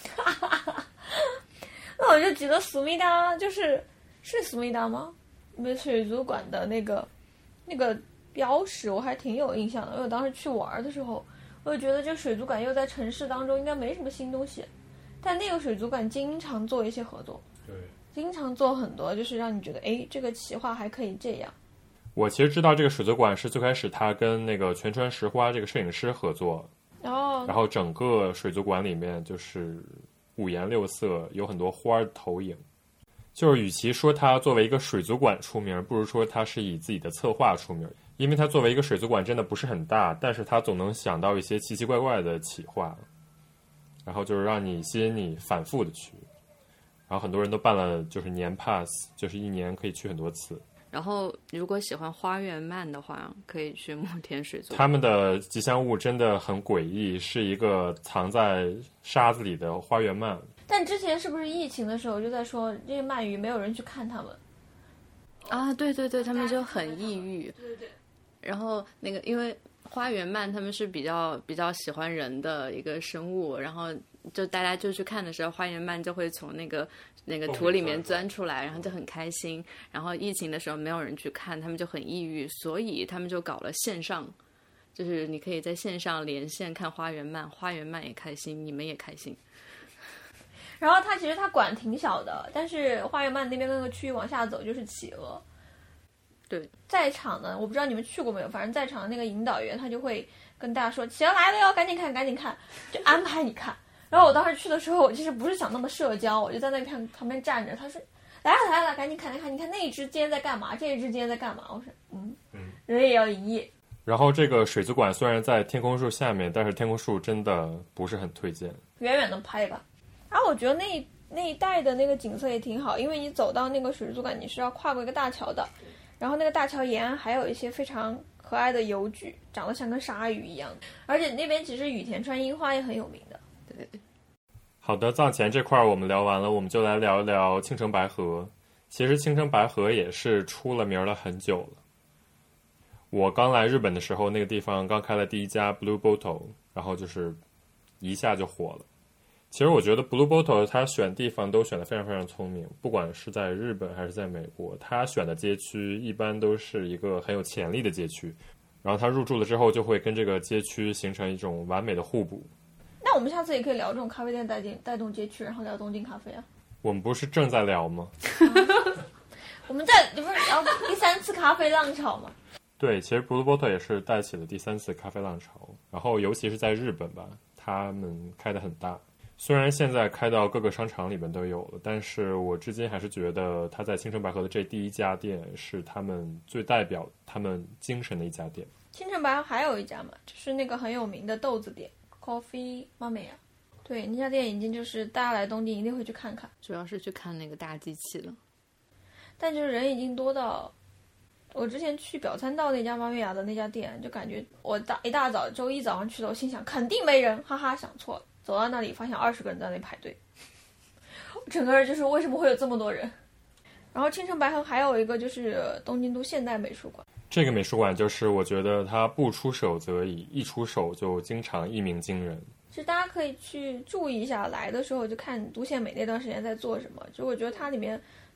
那我就觉得苏米达是苏米达吗？你们水族馆的那个标识我还挺有印象的，因为我当时去玩的时候，我就觉得这水族馆又在城市当中应该没什么新东西，但那个水族馆经常做一些合作， 对， 经常做很多，就是让你觉得这个企划还可以这样。 我其实知道这个水族馆是最开始他跟那个全川石花这个摄影师合作，然后整个水族馆里面就是五颜六色，有很多花的投影。就是与其说它作为一个水族馆出名，不如说它是以自己的策划出名。因为它作为一个水族馆真的不是很大，但是它总能想到一些奇奇怪怪的企划，然后就是让你吸引你反复的去。然后很多人都办了就是年 pass， 就是一年可以去很多次。 然后如果喜欢花园鳗的话，可以去墨田水族馆。 他们的吉祥物真的很诡异，是一个藏在沙子里的花园鳗。 但之前是不是疫情的时候就在说这些鳗鱼没有人去看他们啊？对对对，他们就很抑郁。 对对。 然后因为花园鳗他们是比较喜欢人的一个生物，然后就大家就去看的时候，花园鳗就会从那个土里面钻出来，然后就很开心。然后疫情的时候没有人去看，他们就很抑郁，所以他们就搞了线上，就是你可以在线上连线看花园鳗，花园鳗也开心，你们也开心。 然后其实它馆挺小的，但是花园鳗那边那个区域往下走就是企鹅。 对， 在场的我不知道你们去过没有，反正在场的那个引导员他就会跟大家说企鹅来了哟，赶紧看赶紧看，就安排你看。然后我当时去的时候，我其实不是想那么社交，我就在那旁边站着。他说来了赶紧看看，你看那一只今天在干嘛，这一只今天在干嘛。我说人也要营业。 然后这个水族馆虽然在天空树下面，但是天空树真的不是很推荐， 远远的拍吧。然后我觉得那一带的那个景色也挺好，因为你走到那个水族馆你是要跨过一个大桥的，然后那个大桥沿岸还有一些非常可爱的游具，长得像跟鲨鱼一样，而且那边其实羽田川樱花也很有名的。 对。 好的，藏前这块我们聊完了，我们就来聊一聊青城白河。其实青城白河也是出了名了很久了。我刚来日本的时候，那个地方刚开了第一家 Blue Bottle， 然后就是一下就火了。其实我觉得 Blue Bottle 他选地方都选得非常非常聪明，不管是在日本还是在美国，他选的街区一般都是一个很有潜力的街区，然后他入驻了之后就会跟这个街区形成一种完美的互补。 那我们下次也可以聊这种咖啡店带动街区，然后聊东京咖啡啊。 我们不是正在聊吗？ 我们你不是聊第3次咖啡浪潮吗？ 对，其实 Blue Bottle 也是带起了第3次咖啡浪潮，然后尤其是在日本吧，他们开得很大。虽然现在开到各个商场里面都有了，但是我至今还是觉得他在青城白河的这第一家店是他们最代表他们精神的一家店。 青城白河还有一家嘛，就是那个很有名的豆子店 Coffee Mania。对，那家店已经就是大家来东京一定会去看看， 主要是去看那个大机器了。 但就是人已经多到，我之前去表参道那家妈咪呀的那家店，就感觉我一大早周一早上去的，我心想肯定没人，哈哈，想错了。走到那里发现20个人在那里排队，整个人就是为什么会有这么多人。然后青城白河还有一个就是东京都现代美术馆， 这个美术馆就是我觉得它不出手则已，一出手就经常一鸣惊人。 其实大家可以去注意一下，来的时候就看都宪美那段时间在做什么，就我觉得它里面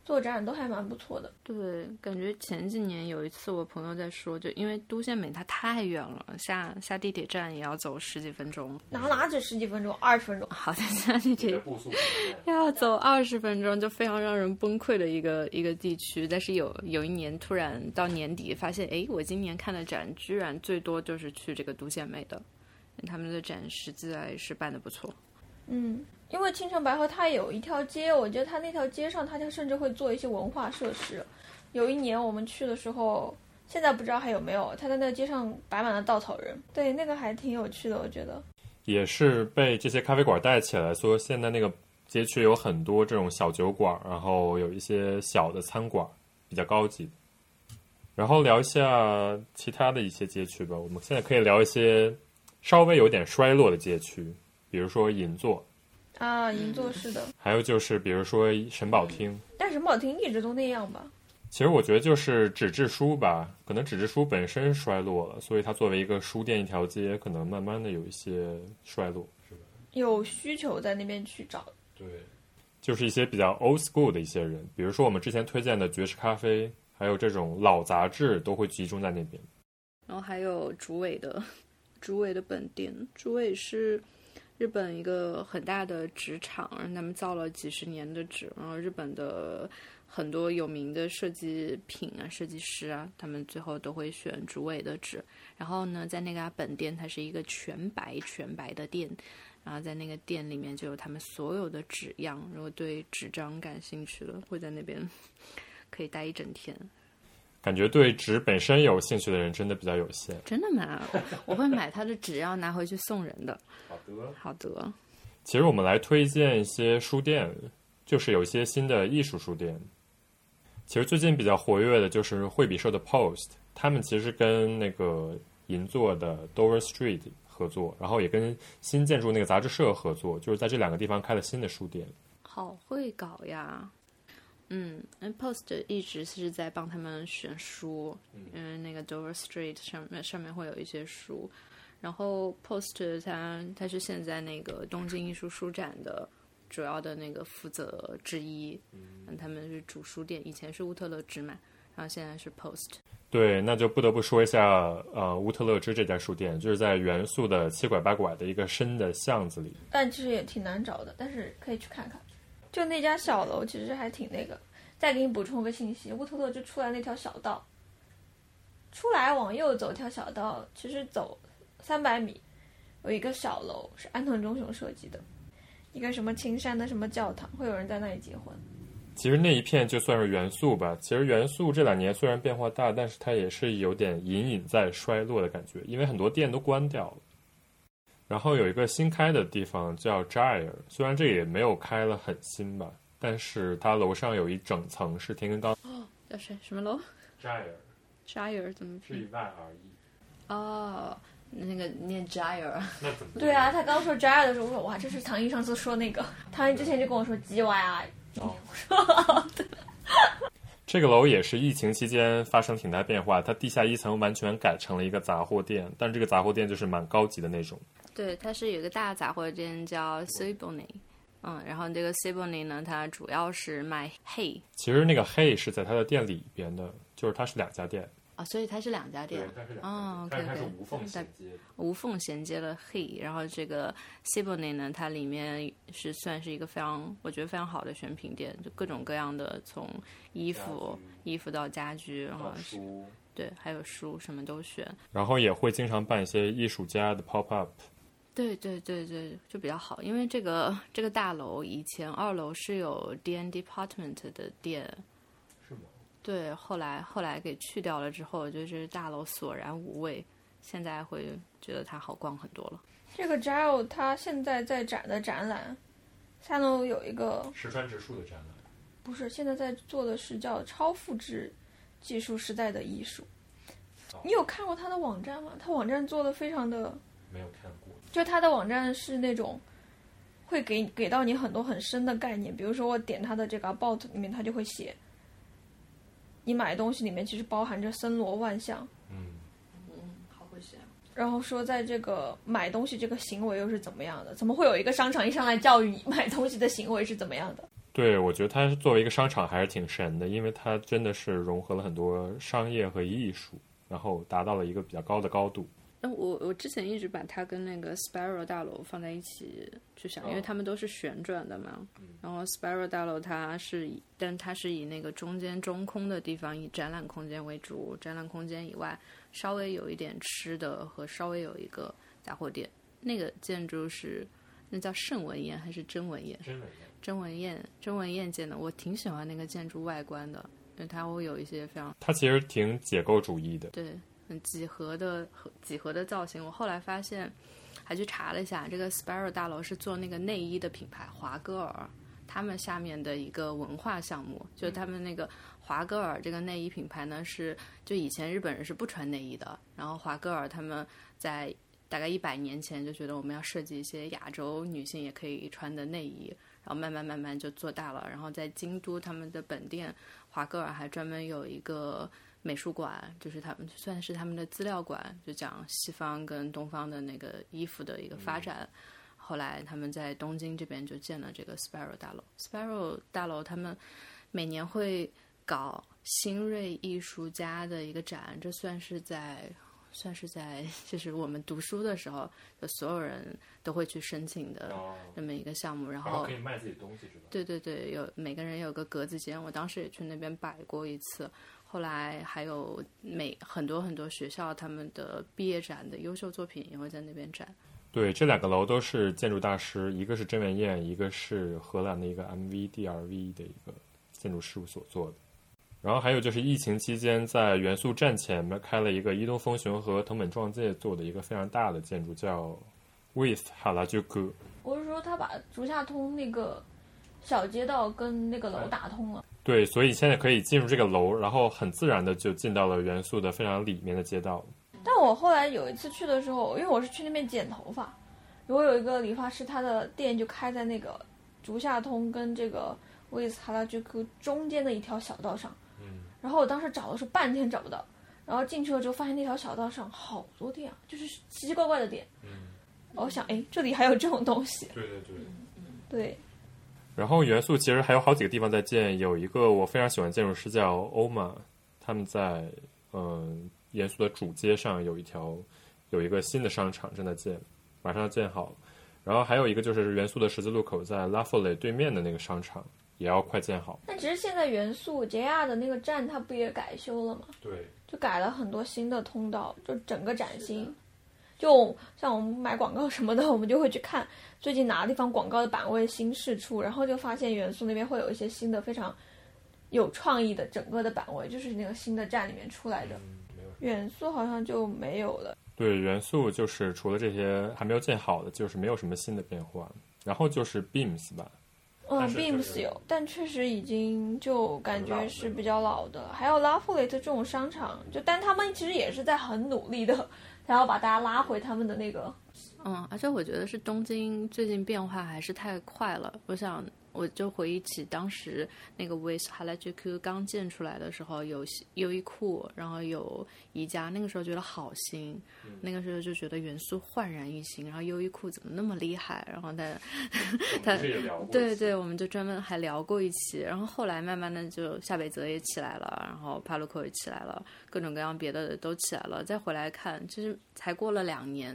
做展览都还蛮不错的。 对，感觉前几年有一次我朋友在说，就因为都县美它太远了，下地铁站也要走10几分钟， 哪止10几分钟，20分钟。 好的，下地铁要走20分钟，就非常让人崩溃的一个地区。但是有一年突然到年底发现，哎，我今年看的展居然最多就是去这个都县美的，他们的展实在是办得不错。 因为青城白河它有一条街，我觉得它那条街上它甚至会做一些文化设施。有一年我们去的时候，现在不知道还有没有，它在那个街上摆满了稻草人，对，那个还挺有趣的，我觉得。 也是被这些咖啡馆带起来，所以现在那个街区有很多这种小酒馆，然后有一些小的餐馆，比较高级。然后聊一下其他的一些街区吧，我们现在可以聊一些稍微有点衰落的街区，比如说银座啊，银座是的， 还有就是比如说沈宝厅， 但沈宝厅一直都那样吧。 其实我觉得就是纸质书吧，可能纸质书本身衰落了，所以它作为一个书店一条街，可能慢慢的有一些衰落，是吧？ 有需求在那边去找。 对，就是一些比较 old school 的一些人，比如说我们之前推荐的爵士咖啡，还有这种老杂志都会集中在那边。 然后还有竹尾的本店，竹尾是日本一个很大的纸厂，他们造了几十年的纸，然后日本的很多有名的设计品啊、设计师啊，他们最后都会选竹尾的纸。然后呢，在那家本店，它是一个全白的店，然后在那个店里面就有他们所有的纸样。如果对纸张感兴趣的，会在那边可以待一整天。 感觉对纸本身有兴趣的人真的比较有限。 真的吗？我会买他的纸要拿回去送人的。好的。 其实我们来推荐一些书店，就是有一些新的艺术书店。其实最近比较活跃的就是惠比寿的 Post， 他们其实跟那个银座的 Dover Street 合作，然后也跟新建筑那个杂志社合作，就是在这2个地方开了新的书店。 好会搞呀。Post 一直是在帮他们选书，因为那个 Dover Street 上面会有一些书，然后 Post 它是现在那个东京艺术书展的主要的那个负责之一，他们是主书店，以前是乌特勒支嘛，然后现在是 Post。 对，那就不得不说一下乌特勒支这家书店，就是在元素的7拐8拐的一个深的巷子里， 但其实也挺难找的，但是可以去看看。就那家小楼其实还挺那个。再给你补充个信息，乌特勒就出来那条小道，出来往右走条小道，其实走300米有一个小楼是安藤忠雄设计的，一个什么青山的什么教堂，会有人在那里结婚。 其实那一片就算是元素吧，其实元素这2年虽然变化大，但是它也是有点隐隐在衰落的感觉，因为很多店都关掉了。然后有一个新开的地方叫 Gyre， 虽然这也没有开了很新吧，但是它楼上有一整层是田根刚。 叫谁？什么楼 ？Gyre 怎么拼 ？Gyre。 哦，那个念 Gyre。 那怎么？ 对啊，他刚说 Gyre 的时候，我说哇，这是唐毅上次说那个，唐毅之前就跟我说 GYR。我说这个楼也是疫情期间发生挺大变化，它地下1层完全改成了一个杂货店，但这个杂货店就是蛮高级的那种。 对，它是有一个大杂货店叫 Siboney。然后这个 Siboney 呢，它主要是卖 hay。 其实那个 hay 是在它的店里边的，就是它是2家店。 所以它是2家店。 对，它是2家店。但是它是无缝衔接的。 无缝衔接了 hay， 然后这个 Siboney 呢，它里面是算是一个我觉得非常好的选品店，就各种各样的，从衣服到家居，然后书， 对，还有书，什么都选。 然后也会经常办一些艺术家的 pop up。 对，就比较好，因为这个大楼以前2楼是有 D&D Department 的店， 是吗？对， 后来给去掉了之后，就是大楼索然无味，现在会觉得它好逛很多了。 这个 Gyro 它现在在展的展览，3楼有一个石川直树的展览， 不是，现在在做的是叫超复制技术时代的艺术。你有看过他的网站吗？他网站做的非常的。 没有看过。 就他的网站是那种会给到你很多很深的概念，比如说我点他的这个 about 里面，他就会写你买东西里面其实包含着森罗万象。 好会写。 然后说在这个买东西这个行为又是怎么样的，怎么会有一个商场一上来教育你买东西的行为是怎么样的。 对，我觉得它作为一个商场还是挺神的，因为它真的是融合了很多商业和艺术，然后达到了一个比较高的高度。 我之前一直把它跟那个 Spiral 大楼放在一起去想，因为他们都是旋转的嘛。然后 Spiral 大楼它是以那个中间中空的地方以展览空间为主，展览空间以外稍微有一点吃的和稍微有一个杂货店。那个建筑是那叫盛文宴还是真文宴？真文宴建的，我挺喜欢那个建筑外观的，因为它会有一些非常， 它其实挺解构主义的， 对。几何的造型，我后来发现，还去查了一下，这个 Spiral 大楼是做那个内衣的品牌华歌尔，他们下面的一个文化项目，就他们那个华歌尔这个内衣品牌呢，是就以前日本人是不穿内衣的，然后华歌尔他们在大概100年前就觉得我们要设计一些亚洲女性也可以穿的内衣，然后慢慢就做大了，然后在京都他们的本店华歌尔还专门有一个美术馆，就是他们算是他们的资料馆，就讲西方跟东方的那个衣服的一个发展。后来他们在东京这边就建了这个 Spiral 大楼。Spiral 大楼他们每年会搞新锐艺术家的一个展，这算是在就是我们读书的时候，就所有人都会去申请的这么一个项目。然后可以卖自己东西，是吧？ 对，有每个人有个格子间，我当时也去那边摆过一次。后来还有很多学校他们的毕业展的优秀作品也会在那边展。 对，这2个楼都是建筑大师，一个是真文彦，一个是荷兰的一个 MVDRV 的一个建筑事务所做的。然后还有就是疫情期间在元素站前面开了一个伊东丰雄和藤本壮介做的一个非常大的建筑，叫 With Harajuku。 我是说他把竹下通那个小街道跟那个楼打通了。 对，所以现在可以进入这个楼，然后很自然的就进到了元素的非常里面的街道。 但我后来有一次去的时候，因为我是去那边剪头发，如果有一个理发师，他的店就开在那个竹下通跟这个 With Harajuku 中间的一条小道上。然后我当时找的时候半天找不到，然后进去了之后发现那条小道上好多店啊，就是奇奇怪怪的店。我想，哎，这里还有这种东西。对。 然后元素其实还有好几个地方在建，有一个我非常喜欢建筑师叫欧玛，他们在元素的主街上有一个新的商场正在建，马上要建好。然后还有一个就是元素的十字路口，在拉弗雷对面的那个商场也要快建好。 但其实现在元素 JR 的那个站它不也改修了吗？ 对， 就改了很多新的通道，就整个崭新。就像我们买广告什么的，我们就会去看最近哪个地方广告的版位新释出，然后就发现元素那边会有一些新的非常有创意的整个的版位，就是那个新的站里面出来的。元素好像就没有了。 对，元素就是除了这些还没有建好的，就是没有什么新的变化。然后就是 Beams 吧。 Beams 有，但确实已经就感觉是比较老的。还有拉弗雷特这种商场，但他们其实也是在很努力的，才要把大家拉回他们的那个。 而且我觉得是东京最近变化还是太快了。我就回忆起当时那个 With Harajuku 刚建出来的时候，有优衣库，然后有宜家，那个时候觉得好新，那个时候就觉得元素焕然一新，然后优衣库怎么那么厉害，然后他对，我们就专门还聊过一期，然后后来慢慢的就夏北泽也起来了，然后帕路口也起来了，各种各样别的都起来了，再回来看，其实才过了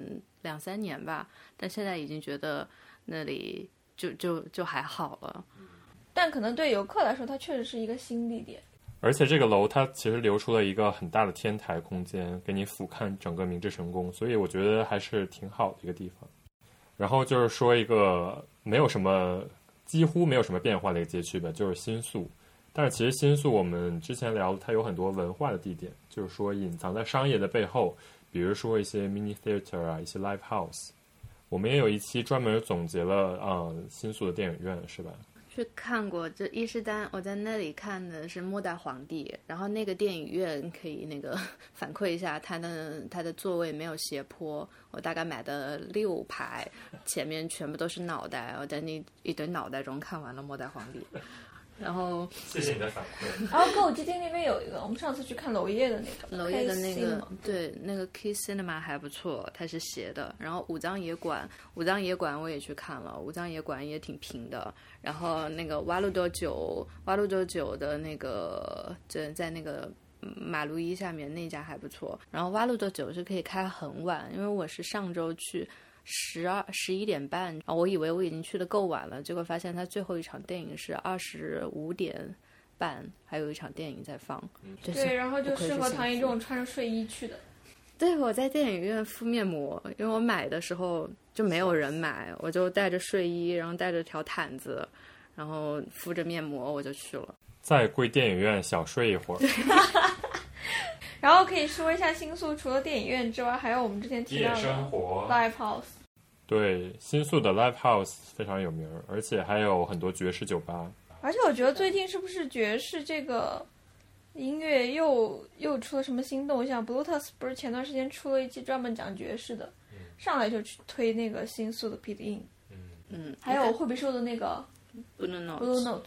2-3年吧，但现在已经觉得那里就还好了。 但可能对游客来说它确实是一个新地点， 而且这个楼它其实留出了一个很大的天台空间给你俯瞰整个明治神宫，所以我觉得还是挺好的一个地方。然后就是说一个几乎没有什么变化的一个街区吧，就是新宿。但是其实新宿我们之前聊它有很多文化的地点，就是说隐藏在商业的背后，比如说一些 mini theater 啊，一些 live house。我们也有一期专门总结了新宿的电影院，是吧？ 去看过，就伊势丹，我在那里看的是末代皇帝，然后那个电影院可以反馈一下，它的座位没有斜坡，我大概买的6排，前面全部都是脑袋，我在那一堆脑袋中看完了末代皇帝。 然后谢谢你的反馈。 然后歌舞伎町那边有一个，我们上次去看娄烨的那个， 娄烨的那个，对，那个 Kiss Cinema 还不错，它是斜的。然后武藏野馆我也去看了，武藏野馆也挺平的。然后那个瓦鲁多酒的那个在那个马路一下面那家还不错。然后瓦鲁多酒是可以开很晚，因为我是上周去11点半，我以为我已经去的够晚了，结果发现他最后一场电影是25点半，还有一场电影在放。 对，然后就适合唐嫣这种穿着睡衣去的。 对，我在电影院敷面膜，因为我买的时候就没有人买，我就带着睡衣，然后带着条毯子，然后敷着面膜我就去了。 在贵电影院小睡一会儿。 然后可以说一下新宿除了电影院之外，还有我们之前提到的夜生活 Live House。 对，新宿的 Live House 非常有名，而且还有很多爵士酒吧。 而且我觉得最近是不是爵士这个音乐又出了什么新动向 ？Bluetooth 不是前段时间出了一期专门讲爵士的，上来就去推那个新宿的 Pit In。还有惠比寿的那个 Blue Note。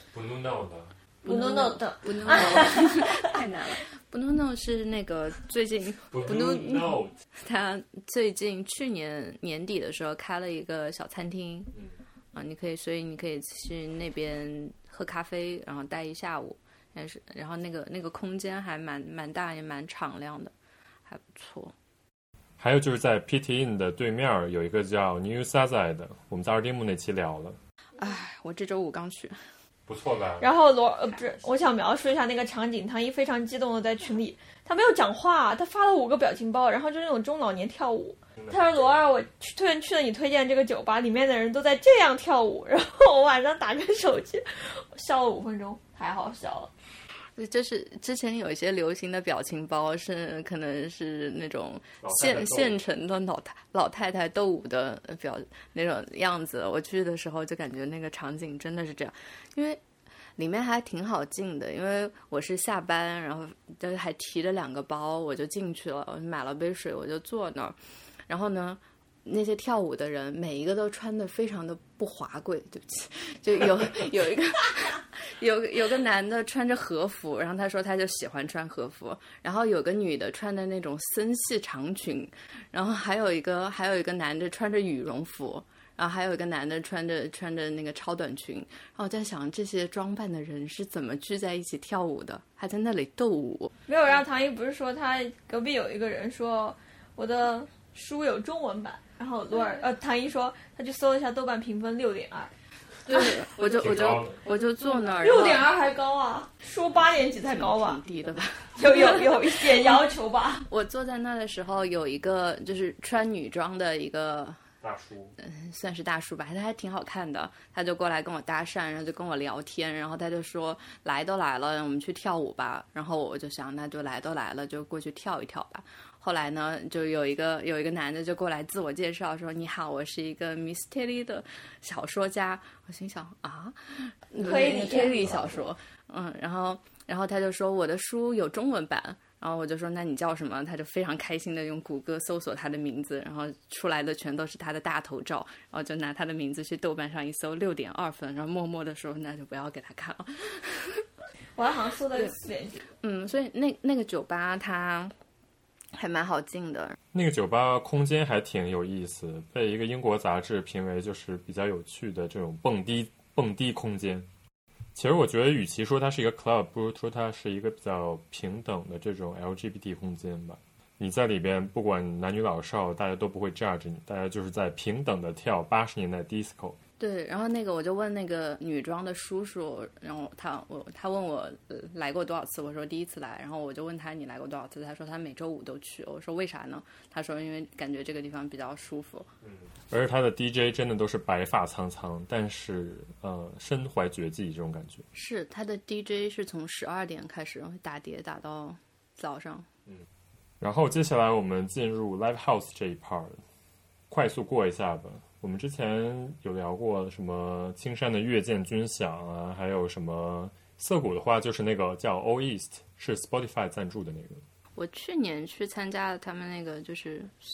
太难了。Blue Note 是那个最近 Blue Note 他最近去年年底的时候开了一个小餐厅，所以你可以去那边喝咖啡，然后待一下午。然后那个空间还蛮大，也蛮敞亮的，还不错。 还有就是在 Pit In 的对面有一个叫 New Sazai 的，我们在二丁目那期聊了。 我这周五刚去。 不错吧？ 然后不是，我想描述一下那个场景。唐一非常激动的在群里，他没有讲话，他发了5个表情包，然后就是那种中老年跳舞。他说：“罗二，我去了你推荐这个酒吧，里面的人都在这样跳舞。”然后我晚上打开手机，我笑了5分钟，太好笑了。 就是之前有一些流行的表情包可能是那种现成的老太太斗舞的那种样子。我去的时候就感觉那个场景真的是这样，因为里面还挺好进的，因为我是下班，然后就还提着2个包，我就进去了，我买了杯水，我就坐那儿，然后呢。那些跳舞的人每一个都穿得非常的不华贵，对不起，就有一个有个男的穿着和服，然后他说他就喜欢穿和服，然后有个女的穿的那种森系长裙，然后还有一个男的穿着羽绒服，然后还有一个男的穿着那个超短裙，然后我在想这些装扮的人是怎么聚在一起跳舞的，还在那里斗舞。 没有，让唐一不是说他隔壁有一个人说我的书有中文版。然后唐一说他去搜了一下豆瓣评分6.2， 对，我就坐那儿 ，6.2还高啊，说8年级才高吧， 挺低的吧， 有一点要求吧。 我坐在那的时候，有一个就是穿女装的一个大叔， 算是大叔吧，他还挺好看的，他就过来跟我搭讪，然后就跟我聊天，然后他就说来都来了，我们去跳舞吧。然后我就想那就来都来了，就过去跳一跳吧。后来呢，就有一个男的就过来自我介绍说：“你好，我是一个 mystery 的小说家。”我心想推理小说，然后他就说我的书有中文版，然后我就说那你叫什么？他就非常开心的用谷歌搜索他的名字，然后出来的全都是他的大头照，然后就拿他的名字去豆瓣上一搜6.2分，然后默默的说那就不要给他看了。 我好像搜的4.9。 所以那个酒吧它还蛮好进的。 那个酒吧空间还挺有意思，被一个英国杂志评为就是比较有趣的这种蹦迪空间。其实我觉得与其说它是一个 club， 不如说它是一个比较平等的这种 LGBT 空间吧。你在里边不管男女老少，大家都不会 judge 你，大家就是在平等的跳80年代 disco。 对，然后我就问那个女装的叔叔，然后他问我来过多少次，我说第一次来，然后我就问他你来过多少次，他说他每周5都去，我说为啥呢？他说因为感觉这个地方比较舒服。 而且他的 DJ 真的都是白发苍苍，但是身怀绝技这种感觉。 是他的 DJ 是从12点开始，然后打碟打到早上。 然后接下来我们进入 Live House 这一 part， 快速过一下吧。我们之前有聊过什么青山的月见军饷啊，还有什么涩谷的话就是那个叫 All East， 是 Spotify 赞助的那个。 我去年去参加了他们那个就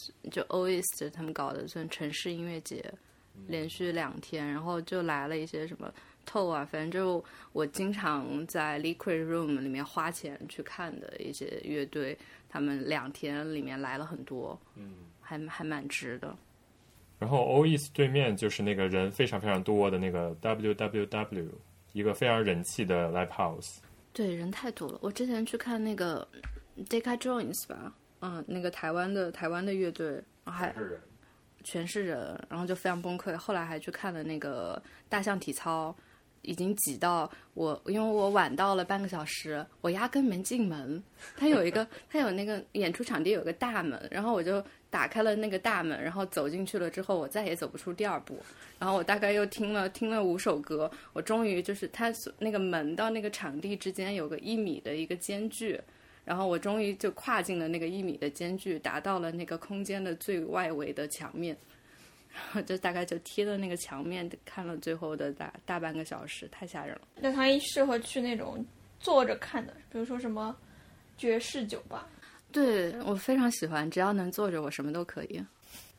All East 他们搞的算城市音乐节，连续2天，然后就来了一些什么透啊，反正就我经常在 Liquid Room 里面花钱去看的一些乐队，他们2天里面来了很多，还蛮值的。 然后 OES 对面就是那个人非常非常多的那个 WWW， 一个非常人气的 Live House。 对，人太多了。我之前去看那个 Decca Joins 吧，那个台湾的乐队，还全是人，然后就非常崩溃。后来还去看了那个大象体操，已经挤到因为我晚到了半个小时，我压根没进门。他有那个演出场地有个大门，然后我就打开了那个大门，然后走进去了之后，我再也走不出第二步。然后我大概又听了5首歌，我终于就是他那个门到那个场地之间有个1米的一个间距，然后我终于就跨进了那个1米的间距，达到了那个空间的最外围的墙面，然后就大概就贴着那个墙面看了最后的大半个小时，太吓人了。 那它适合去那种坐着看的，比如说什么爵士酒吧。 对，我非常喜欢，只要能坐着我什么都可以。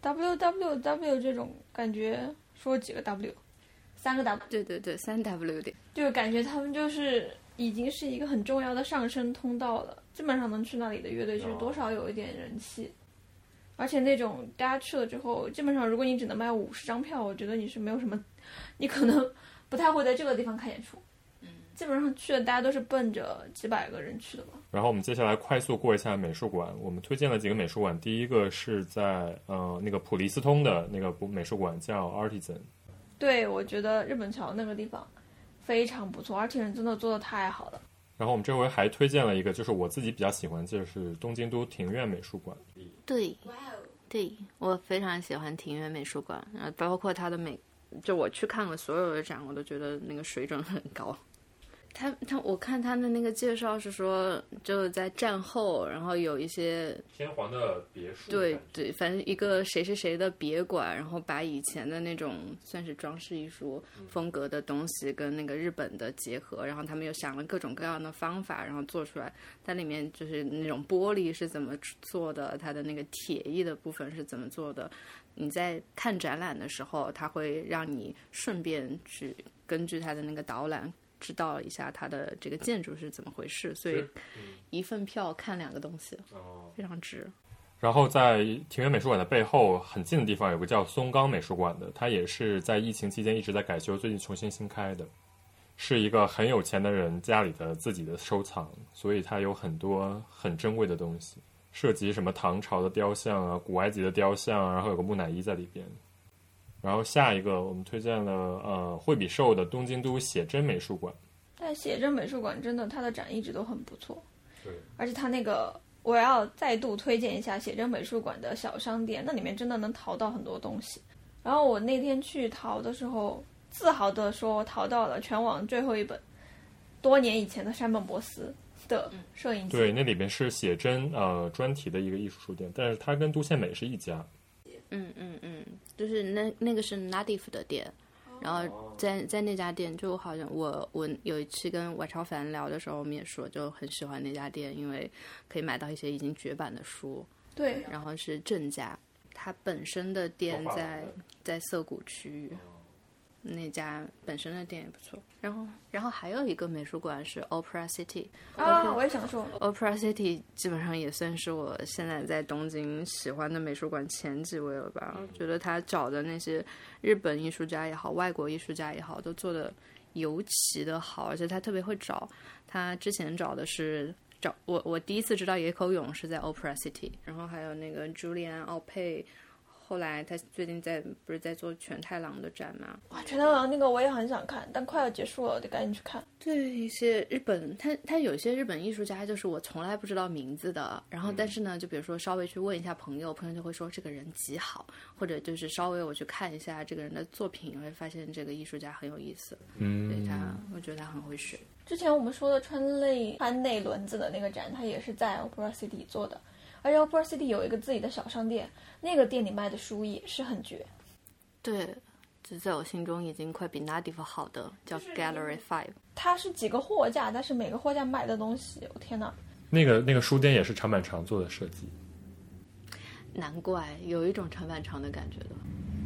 WWW 这种感觉，说几个 W，3个 W。 对，3W 点， 就是感觉他们就是已经是一个很重要的上升通道了，基本上能去那里的乐队就是多少有一点人气。而且那种大家去了之后，基本上如果你只能卖50张票，我觉得你是没有什么，你可能不太会在这个地方看演出。基本上去的大家都是奔着几百个人去的吧。 然后我们接下来快速过一下美术馆，我们推荐了几个美术馆。第一个是在那个普利司通的那个美术馆叫 Artisan。 对，我觉得日本桥那个地方非常不错，而且人真的做的太好了。 然后我们这回还推荐了一个，就是我自己比较喜欢，就是东京都庭院美术馆。 对，对，我非常喜欢庭院美术馆，包括它的就我去看了所有的展，我都觉得那个水准很高。我看他的那个介绍是说，就在战后，然后有一些天皇的别墅， 对，反正一个谁谁谁的别馆，然后把以前的那种算是装饰艺术风格的东西跟那个日本的结合，然后他们又想了各种各样的方法，然后做出来。它里面就是那种玻璃是怎么做的，它的那个铁艺的部分是怎么做的。你在看展览的时候，它会让你顺便去根据它的那个导览知道一下它的这个建筑是怎么回事，所以一份票看2个东西，非常值。 然后在庭院美术馆的背后很近的地方有个叫松冈美术馆的，它也是在疫情期间一直在改修，最近重新新开的，是一个很有钱的人家里的自己的收藏，所以它有很多很珍贵的东西，涉及什么唐朝的雕像啊、古埃及的雕像啊，然后有个木乃伊在里边。然后下一个我们推荐了惠比寿的东京都写真美术馆。 但写真美术馆真的它的展一直都很不错， 对， 而且它那个我要再度推荐一下写真美术馆的小商店，那里面真的能淘到很多东西。然后我那天去淘的时候，自豪地说我淘到了全网最后一本多年以前的山本博司的摄影集。 对，那里边是写真专题的一个艺术书店，但是它跟都县美是一家。 就是那个是 Nadif 的店，然后在那家店，就好像我有一期跟韦超凡聊的时候，我们也说就很喜欢那家店，因为可以买到一些已经绝版的书， 对， 然后是正价。它本身的店在涩谷区域，那家本身的店也不错。然后还有一个美术馆是 Opera City 啊，我也想说 Opera City 基本上也算是我现在在东京喜欢的美术馆前几位了吧。我觉得他找的那些日本艺术家也好，外国艺术家也好，都做的尤其的好，而且他特别会找。他之前找的是我第一次知道野口勇是在 Opera City， 然后还有那个朱利安·奥佩。后来他最近不是在做全太郎的展吗？ 哇，全太郎那个我也很想看，但快要结束了，我得赶紧去看。 对，一些日本，他有一些日本艺术家，就是我从来不知道名字的，然后但是呢，就比如说稍微去问一下朋友，朋友就会说这个人极好，或者就是稍微我去看一下这个人的作品，我会发现这个艺术家很有意思。所以我觉得他很会选。 之前我们说的川内轮子的那个展，他也是在 Opera City 做的。而且 Opera City 有一个自己的小商店，那个店里卖的书也是很绝。 对，这在我心中已经快比 Nadif 好的，叫 Gallery 5。 它是几个货架，但是每个货架卖的东西，我天哪！ 那个书店也是长板长做的设计， 难怪有一种长板长的感觉的。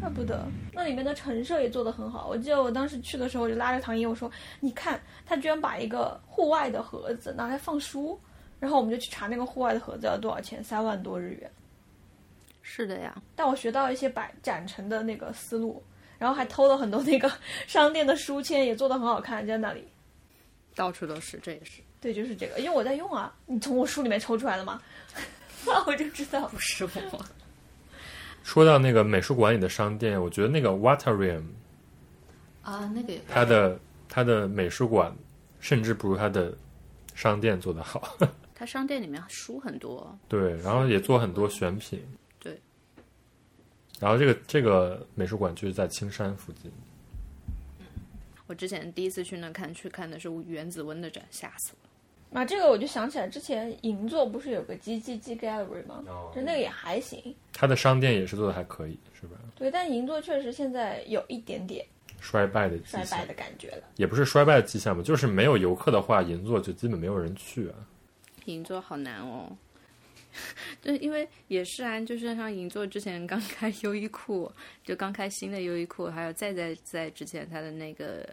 怪不得那里面的陈设也做得很好。我记得我当时去的时候，我就拉着唐嫣我说：“你看，他居然把一个户外的盒子拿来放书。”然后我们就去查那个户外的盒子要多少钱，3万多日元。 是的呀， 但我学到一些展陈的那个思路，然后还偷了很多那个商店的书签，也做得很好看，在那里到处都是，这也是。 对，就是这个，因为我在用啊。你从我书里面抽出来了吗？那我就知道不是我。 说到那个美术馆里的商店，我觉得那个 Waterium 啊，那个它的美术馆甚至不如它的商店做得好。 它商店里面书很多， 对，然后也做很多选品。 对， 然后这个美术馆就是在青山附近。 我之前第一次去那去看的是原子温的展，吓死我了。 啊，这个我就想起来，之前银座不是有个 GGG Gallery 吗？就那个也还行。 它的商店也是做的还可以，是吧？ 对，但银座确实现在有一点点衰败的感觉了。 也不是衰败的迹象吧，就是没有游客的话，银座就基本没有人去啊。 银座好难哦。对，因为也是啊，就是像银座之前刚开优衣库，就刚开新的优衣库，还有在之前它的那个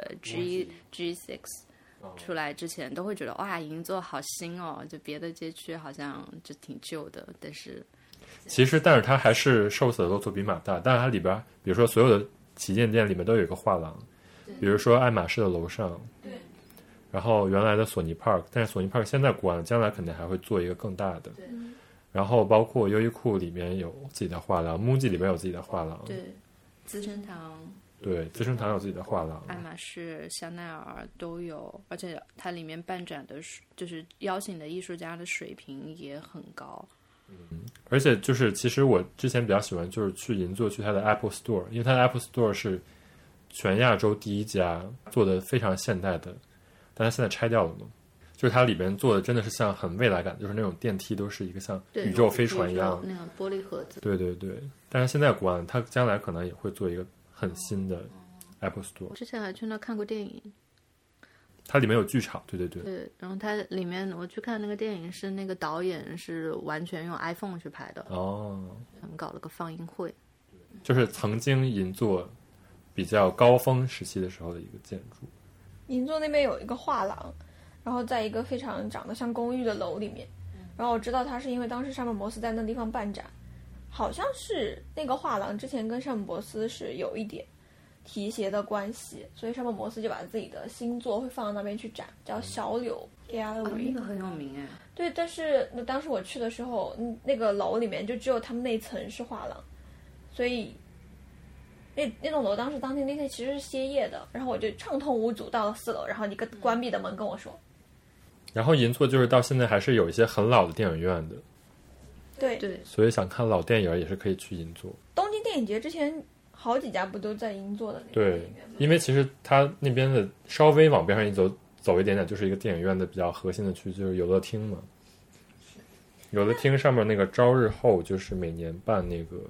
G6 出来之前，都会觉得哇，银座好新哦，就别的街区好像就挺旧的，但是它还是瘦死的骆驼比马大，但是它里边比如说所有的旗舰店里面都有一个画廊，比如说爱马仕的楼上， 对， 然后原来的索尼 Park， 但是索尼 Park 现在关了，将来肯定还会做一个更大的。 对， 然后包括优衣库里面有自己的画廊， MUJI 里面有自己的画廊， 对，资生堂， 对，资生堂有自己的画廊， 爱马仕、香奈儿都有，而且它里面办展的就是邀请的艺术家的水平也很高。 而且就是其实我之前比较喜欢就是去银座去它的 Apple Store， 因为它的 Apple Store 是全亚洲第一家做的非常现代的，但它现在拆掉了嘛，就是它里边做的真的是像很未来感，就是那种电梯都是一个像宇宙飞船一样那样玻璃盒子。 对对对，但是现在关了，它将来可能也会做一个很新的 Apple Store。 我之前还去那看过电影， 它里面有剧场，对对对对，然后它里面我去看那个电影是那个导演是完全用 iPhone 去拍的哦， 他们搞了个放映会， 就是曾经银座比较高峰时期的时候的一个建筑。 银座那边有一个画廊，然后在一个非常长得像公寓的楼里面，然后我知道它是因为当时山本博斯在那地方办展，好像是那个画廊之前跟山本博斯是有一点提携的关系，所以山本博斯就把自己的新作会放到那边去展，叫小柳 Gallery， 那个很有名哎。 对，但是当时我去的时候，那个楼里面就只有他们那层是画廊，所以那栋楼当天那天其实是歇业的，然后我就畅通无阻到了4楼，然后一个关闭的门跟我说。 然后银座就是到现在还是有一些很老的电影院的， 对对， 所以想看老电影也是可以去银座。 东京电影节之前好几家不都在银座的那个对电影院吗？ 因为其实它那边的稍微往边上一走一点点，就是一个电影院的比较核心的区，就是有乐町嘛。有乐町上面那个朝日后就是每年办那个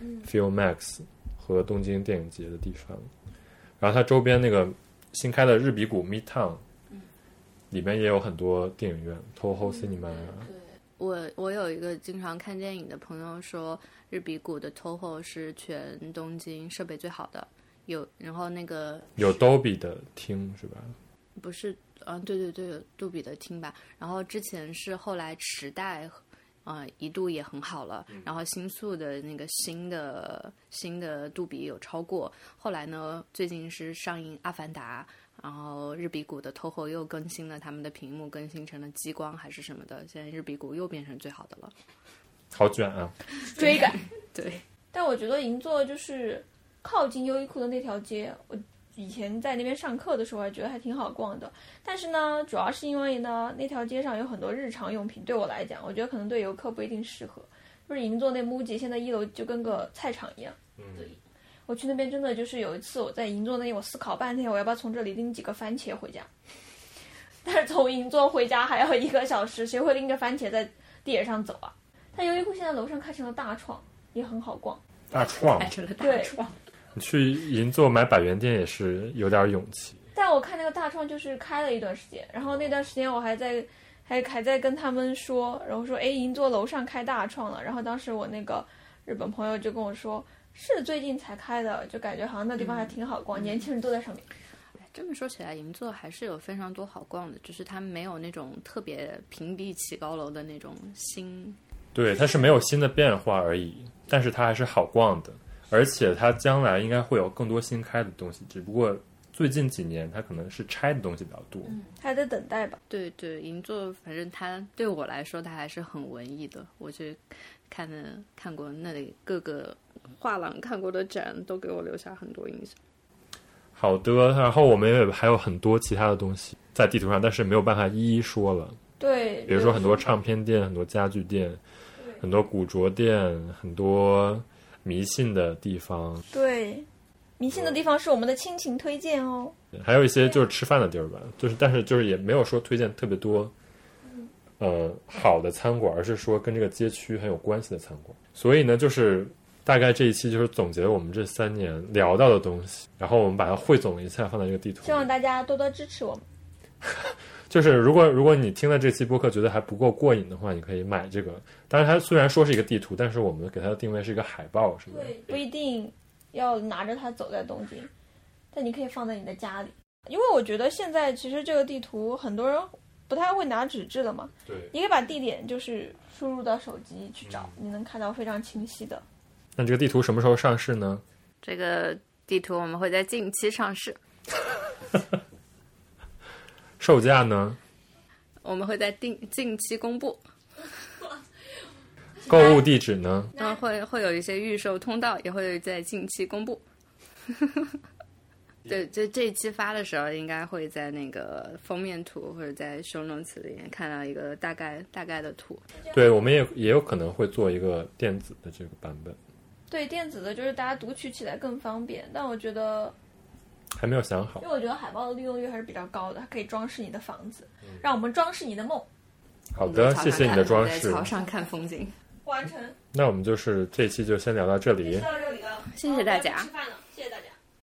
Filmax 和东京电影节的地方，然后它周边那个新开的日比谷 Midtown，里面也有很多电影院 ，Toho Cinema 啊。 我有一个经常看电影的朋友说，日比谷的 Toho 是全东京设备最好的，然后那个有 Dolby 的厅是吧？ 不是，对对对，有杜比的厅吧。然后之前是后来时代，一度也很好了，然后新宿的那个新的杜比有超过。后来呢，最近是上映《阿凡达》。然后日比谷的 Toho 又更新了他们的屏幕，更新成了激光还是什么的，现在日比谷又变成最好的了。 好卷啊！ 追赶。 对， 但我觉得银座就是靠近优衣库的那条街，我以前在那边上课的时候还觉得还挺好逛的。但是呢，主要是因为呢那条街上有很多日常用品，对我来讲，我觉得可能对游客不一定适合。就是银座那 MUJI 现在1楼就跟个菜场一样。对。我去那边真的就是有一次我在银座那里，我思考半天我要不要从这里拎几个番茄回家，但是从银座回家还要1个小时，谁会拎着番茄在地铁上走啊？它优衣库现在楼上开成了大创，也很好逛。 大创开成了大创。 你去银座买百元店也是有点勇气。 但我看那个大创就是开了一段时间，然后那段时间我还在跟他们说，然后说银座楼上开大创了，然后当时我那个日本朋友就跟我说， 是最近才开的，就感觉好像那地方还挺好逛，年轻人都在上面。 这么说起来，银座还是有非常多好逛的，就是它没有那种特别平地起高楼的那种新。 对，它是没有新的变化而已，但是它还是好逛的，而且它将来应该会有更多新开的东西，只不过最近几年它可能是拆的东西比较多。 还得等待吧。 对对，银座反正它对我来说它还是很文艺的，我去看过那里各个画廊看过的展，都给我留下很多印象。 好的，然后我们也还有很多其他的东西在地图上，但是没有办法一一说了。 对， 比如说很多唱片店、很多家具店、很多古着店、很多迷信的地方。 对，迷信的地方是我们的亲情推荐哦。 还有一些就是吃饭的地儿吧，但是也没有说推荐特别多，好的餐馆，而是说跟这个街区很有关系的餐馆。所以呢，就是大概这一期就是总结了我们这3年聊到的东西，然后我们把它汇总一下放在这个地图。 希望大家多多支持我们。 就是如果你听了这期播客觉得还不够过瘾的话，你可以买这个。当然，它虽然说是一个地图，但是我们给它的定位是一个海报，是吗？ 对，不一定要拿着它走在东京，但你可以放在你的家里。因为我觉得现在其实这个地图很多人不太会拿纸质了嘛。 对， 你可以把地点就是输入到手机去找，你能看到非常清晰的。 那这个地图什么时候上市呢？ 这个地图我们会在近期上市。 售价呢？ 我们会在近期公布。 购物地址呢？ 然后会有一些预售通道，也会在近期公布。对，这一期发的时候，应该会在那个封面图或者在 show notes 里面看到一个大概的图。 对，我们也有可能会做一个电子的这个版本。 对，电子的就是大家读取起来更方便，但我觉得还没有想好， 因为我觉得海报的利用率还是比较高的，它可以装饰你的房子，让我们装饰你的梦。 好的，谢谢你的装饰。 在桥上看风景， 完成。 那我们就是这一期就先聊到这里， 到这里了， 谢谢大家。 吃饭了。